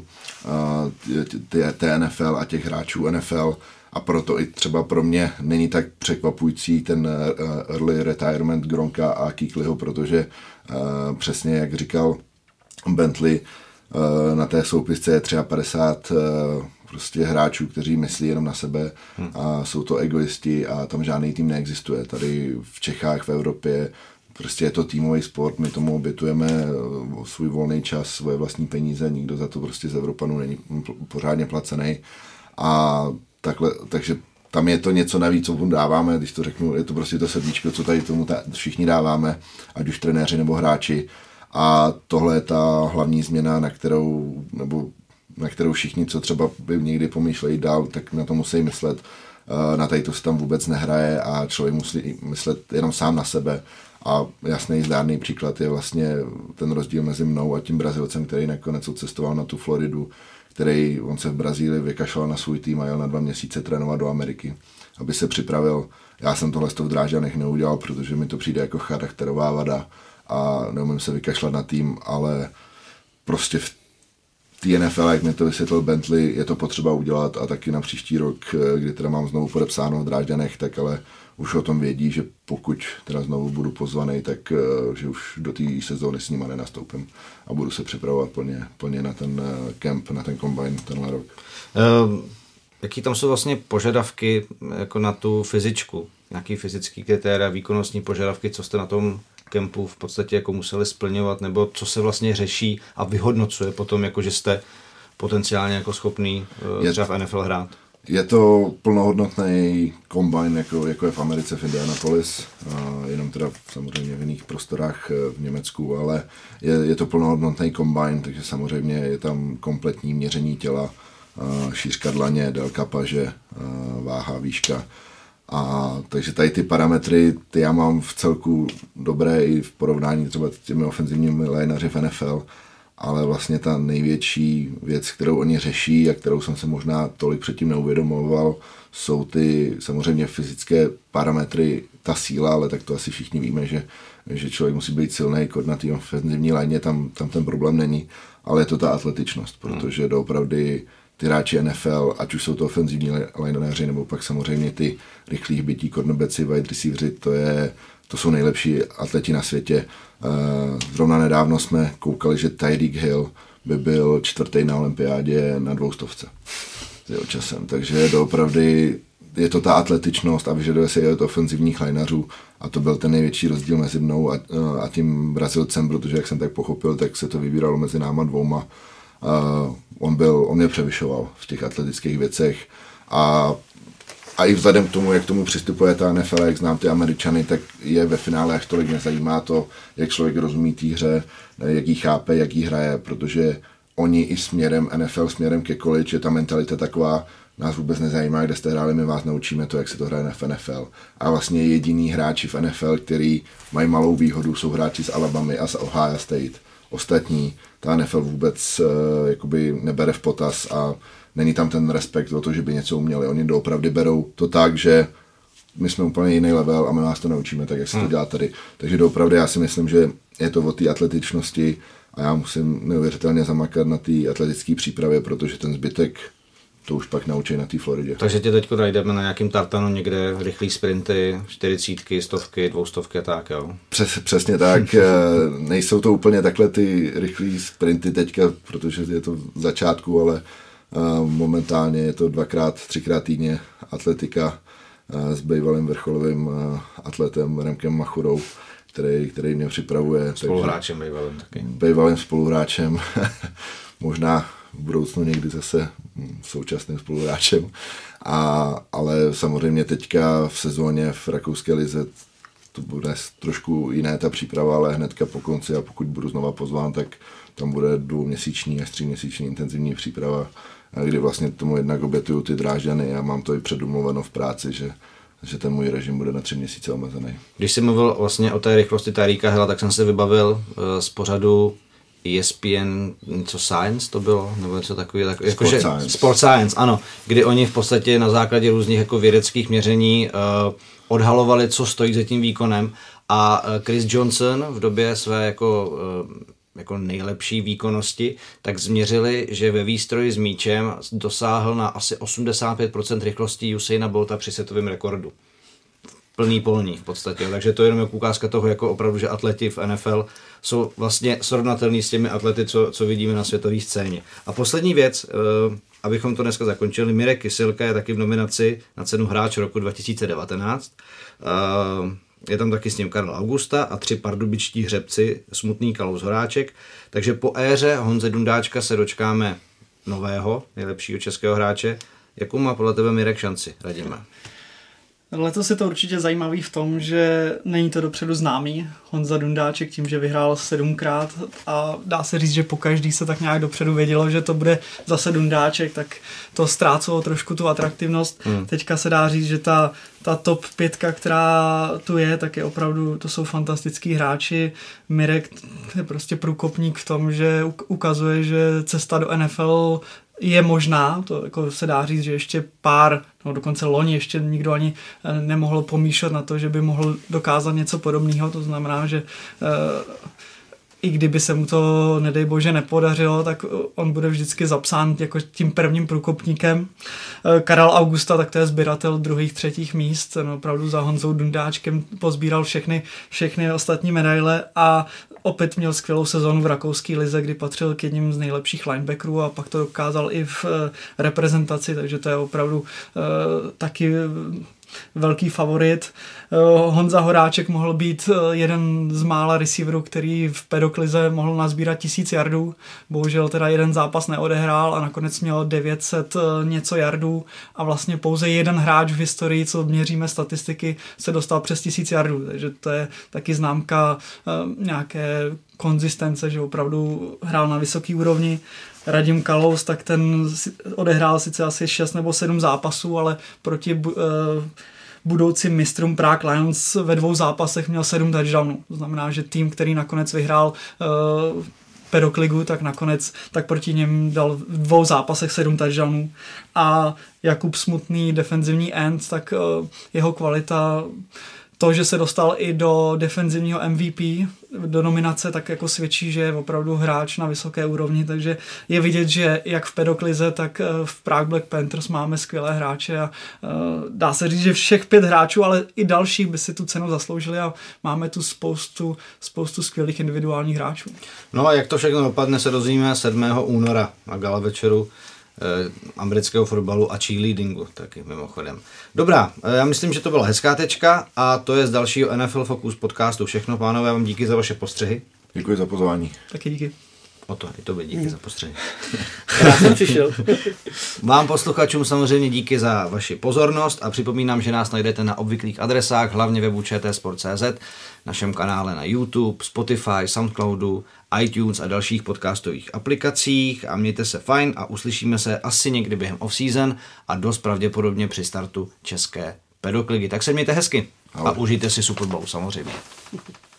té NFL a těch hráčů NFL a proto i třeba pro mě není tak překvapující ten early retirement Gronka a Kuechlyho, protože přesně jak říkal Bentley, na té soupisce je 53 prostě hráčů, kteří myslí jenom na sebe a jsou to egoisti a tam žádný tým neexistuje. Tady v Čechách, v Evropě prostě je to týmový sport, my tomu obětujeme svůj volný čas, svoje vlastní peníze, nikdo za to prostě z Evropanů není pořádně placený a takhle, takže tam je to něco navíc, co mu dáváme, když to řeknu, je to prostě to srdíčko, co tady tomu všichni dáváme, ať už trenéři nebo hráči a tohle je ta hlavní změna, na kterou všichni, co třeba by někdy pomýšlejí dál, tak na to musí myslet. Na tady to se tam vůbec nehraje a člověk musí myslet jenom sám na sebe. A jasný zdárný příklad je vlastně ten rozdíl mezi mnou a tím Brazilcem, který nakonec odcestoval na tu Floridu, který on se v Brazílii vykašlal na svůj tým a jel na 2 měsíce trénovat do Ameriky, aby se připravil. Já jsem tohle v Drážďanech neudělal, protože mi to přijde jako charakterová vada a neumím se vykašlat na tým, ale prostě v té NFL, jak mi to vysvětlil Bentley, je to potřeba udělat a taky na příští rok, kdy teda mám znovu podepsáno v Drážďanech, tak ale už o tom vědí, že pokud teda znovu budu pozvaný, tak že už do té sezóny s nima nenastoupím a budu se připravovat plně na ten kemp, na ten combine tenhle rok. Jaký tam jsou vlastně požadavky jako na tu fyzičku? Nějaký fyzický kritéria, výkonnostní požadavky, co jste na tom kempu v podstatě jako museli splňovat, nebo co se vlastně řeší a vyhodnocuje potom, jako že jste potenciálně jako schopný třeba v NFL hrát? Je to plnohodnotný combine, jako je v Americe, v Indianapolis, jenom teda samozřejmě v jiných prostorách v Německu, ale je to plnohodnotný combine, takže samozřejmě je tam kompletní měření těla, šířka dlaně, délka paže, váha, výška. A takže tady ty parametry, ty já mám v celku dobré i v porovnání třeba s těmi ofenzivními lineaři v NFL, ale vlastně ta největší věc, kterou oni řeší a kterou jsem se možná tolik předtím neuvědomoval, jsou ty samozřejmě fyzické parametry, ta síla, ale tak to asi všichni víme, že člověk musí být silný, na té ofenzivní lině, tam ten problém není, ale je to ta atletičnost, protože doopravdy ty hráči NFL, ať už jsou to ofenzivní lineaři, nebo pak samozřejmě ty rychlí bytí, cornerbacki, wide receiveri, to jsou nejlepší atleti na světě. Zrovna nedávno jsme koukali, že Tyreek Hill by byl 4. na olympiádě na 200 s jeho časem, takže doopravdy je to ta atletičnost a vyžaduje se i od ofenzivních lineařů a to byl ten největší rozdíl mezi mnou a tím Brazilcem, protože jak jsem tak pochopil, tak se to vybíralo mezi náma dvouma. On mě převyšoval v těch atletických věcech a i vzhledem k tomu, jak k tomu přistupuje ta NFL, jak znám ty Američany, tak je ve finále až tolik nezajímá to, jak člověk rozumí té hře, jak ji chápe, jak ji hraje, protože oni i směrem NFL, směrem ke college, je ta mentalita taková, nás vůbec nezajímá, kde jste hráli, my vás naučíme to, jak se to hraje v NFL. A vlastně jediný hráči v NFL, který mají malou výhodu, jsou hráči z Alabamy a z Ohio State. Ostatní ta NFL vůbec jakoby nebere v potaz a není tam ten respekt o to, že by něco uměli. Oni doopravdy berou to tak, že my jsme úplně jiný level a my vás to naučíme tak, jak se to dělá tady. Takže doopravdy já si myslím, že je to o té atletičnosti a já musím neuvěřitelně zamakat na té atletické přípravě, protože ten zbytek to už pak naučí na té Floridě. Takže tě teď najdeme na nějakým tartanu někde rychlý sprinty, 40, 100, 200 a tak, jo? Přesně tak. Nejsou to úplně takhle ty rychlý sprinty teďka, protože je to v začátku, ale momentálně je to 2x, 3x týdně atletika s bývalým vrcholovým atletem Remkem Machurou, který mě připravuje. Spoluhráčem bývalým taky. Bývalým spoluhráčem. Možná v budoucnu někdy zase současným spoluhráčem. Ale samozřejmě teďka v sezóně v rakouské lize to bude trošku jiné ta příprava, ale hnedka po konci a pokud budu znova pozván, tak tam bude 2měsíční až 3měsíční intenzivní příprava, kdy vlastně tomu jednak obětuju ty Drážďany a mám to i předumluveno v práci, že ten můj režim bude na 3 měsíce omezený. Když jsi mluvil vlastně o té rychlosti Tyreeka Hilla, tak jsem se vybavil z pořadu ESPN, něco Science to bylo, nebo něco takového, Sport Science, ano, kdy oni v podstatě na základě různých jako vědeckých měření odhalovali, co stojí za tím výkonem a Chris Johnson v době své jako nejlepší výkonnosti, tak změřili, že ve výstroji s míčem dosáhl na asi 85% rychlosti Usaina Bolta při světovém rekordu. Plný polní v podstatě, takže to je jenom jako ukázka toho, jako opravdu, že atleti v NFL jsou vlastně srovnatelní s těmi atlety, co vidíme na světové scéně. A poslední věc, abychom to dneska zakončili, Mirek Kysilka je taky v nominaci na cenu hráč roku 2019. Je tam taky s ním Karel Augusta a 3 pardubičtí hřebci, Smutný, Kalous, Horáček. Takže po éře Honze Dundáčka se dočkáme nového, nejlepšího českého hráče. Jakou má podle tebe Mirek šanci, Radime? Letos je to určitě zajímavý v tom, že není to dopředu známý Honza Dundáček tím, že vyhrál 7krát a dá se říct, že pokaždý se tak nějak dopředu vědělo, že to bude zase Dundáček, tak to ztrácelo trošku tu atraktivnost. Teďka se dá říct, že ta top 5, která tu je, tak je opravdu, to jsou fantastický hráči. Mirek je prostě průkopník v tom, že ukazuje, že cesta do NFL je možná, to jako se dá říct, že ještě dokonce loni ještě nikdo ani nemohl pomýšlet na to, že by mohl dokázat něco podobného, to znamená, že i kdyby se mu to, nedej bože, nepodařilo, tak on bude vždycky zapsán jako tím prvním průkopníkem. Karel Augusta, tak to je sběratel 2., 3. míst, ten opravdu za Honzou Dundáčkem pozbíral všechny ostatní medaile a opět měl skvělou sezonu v rakouské lize, kdy patřil k jedním z nejlepších linebackerů a pak to dokázal i v reprezentaci, takže to je opravdu taky velký favorit. Honza Horáček mohl být jeden z mála receiverů, který v pedoklize mohl nazbírat 1000 yardů. Bohužel teda jeden zápas neodehrál a nakonec měl 900 něco yardů a vlastně pouze jeden hráč v historii, co měříme statistiky, se dostal přes 1000 yardů. Takže to je taky známka nějaké konzistence, že opravdu hrál na vysoký úrovni. Radim Kalous, tak ten odehrál sice asi 6 nebo 7 zápasů, ale proti budoucím mistrům Prague Lions ve 2 zápasech měl 7 touchdownů. To znamená, že tým, který nakonec vyhrál pedokligu, tak proti něm dal v 2 zápasech 7 touchdownů. A Jakub Smutný, defenzivní end, tak jeho kvalita, to, že se dostal i do defenzivního MVP, do nominace, tak jako svědčí, že je opravdu hráč na vysoké úrovni, takže je vidět, že jak v pedoklize, tak v Prague Black Panthers máme skvělé hráče a dá se říct, že všech 5 hráčů, ale i další by si tu cenu zasloužili a máme tu spoustu skvělých individuálních hráčů. No a jak to všechno dopadne, se dozvíme 7. února na gala večeru amerického fotbalu a cheerleadingu taky mimochodem. Dobrá, já myslím, že to byla hezká tečka a to je z dalšího NFL Focus podcastu všechno. Pánové, já vám díky za vaše postřehy. Děkuji za pozvání. Taky díky. O to, i tobě díky za postřehy. Já jsem přišel. Vám posluchačům samozřejmě díky za vaši pozornost a připomínám, že nás najdete na obvyklých adresách, hlavně webu čtsport.cz, našem kanále na YouTube, Spotify, Soundcloudu, iTunes a dalších podcastových aplikacích a mějte se fajn a uslyšíme se asi někdy během off-season a dost pravděpodobně při startu české pedokligy. Tak se mějte hezky a užijte si Super Bowl samozřejmě.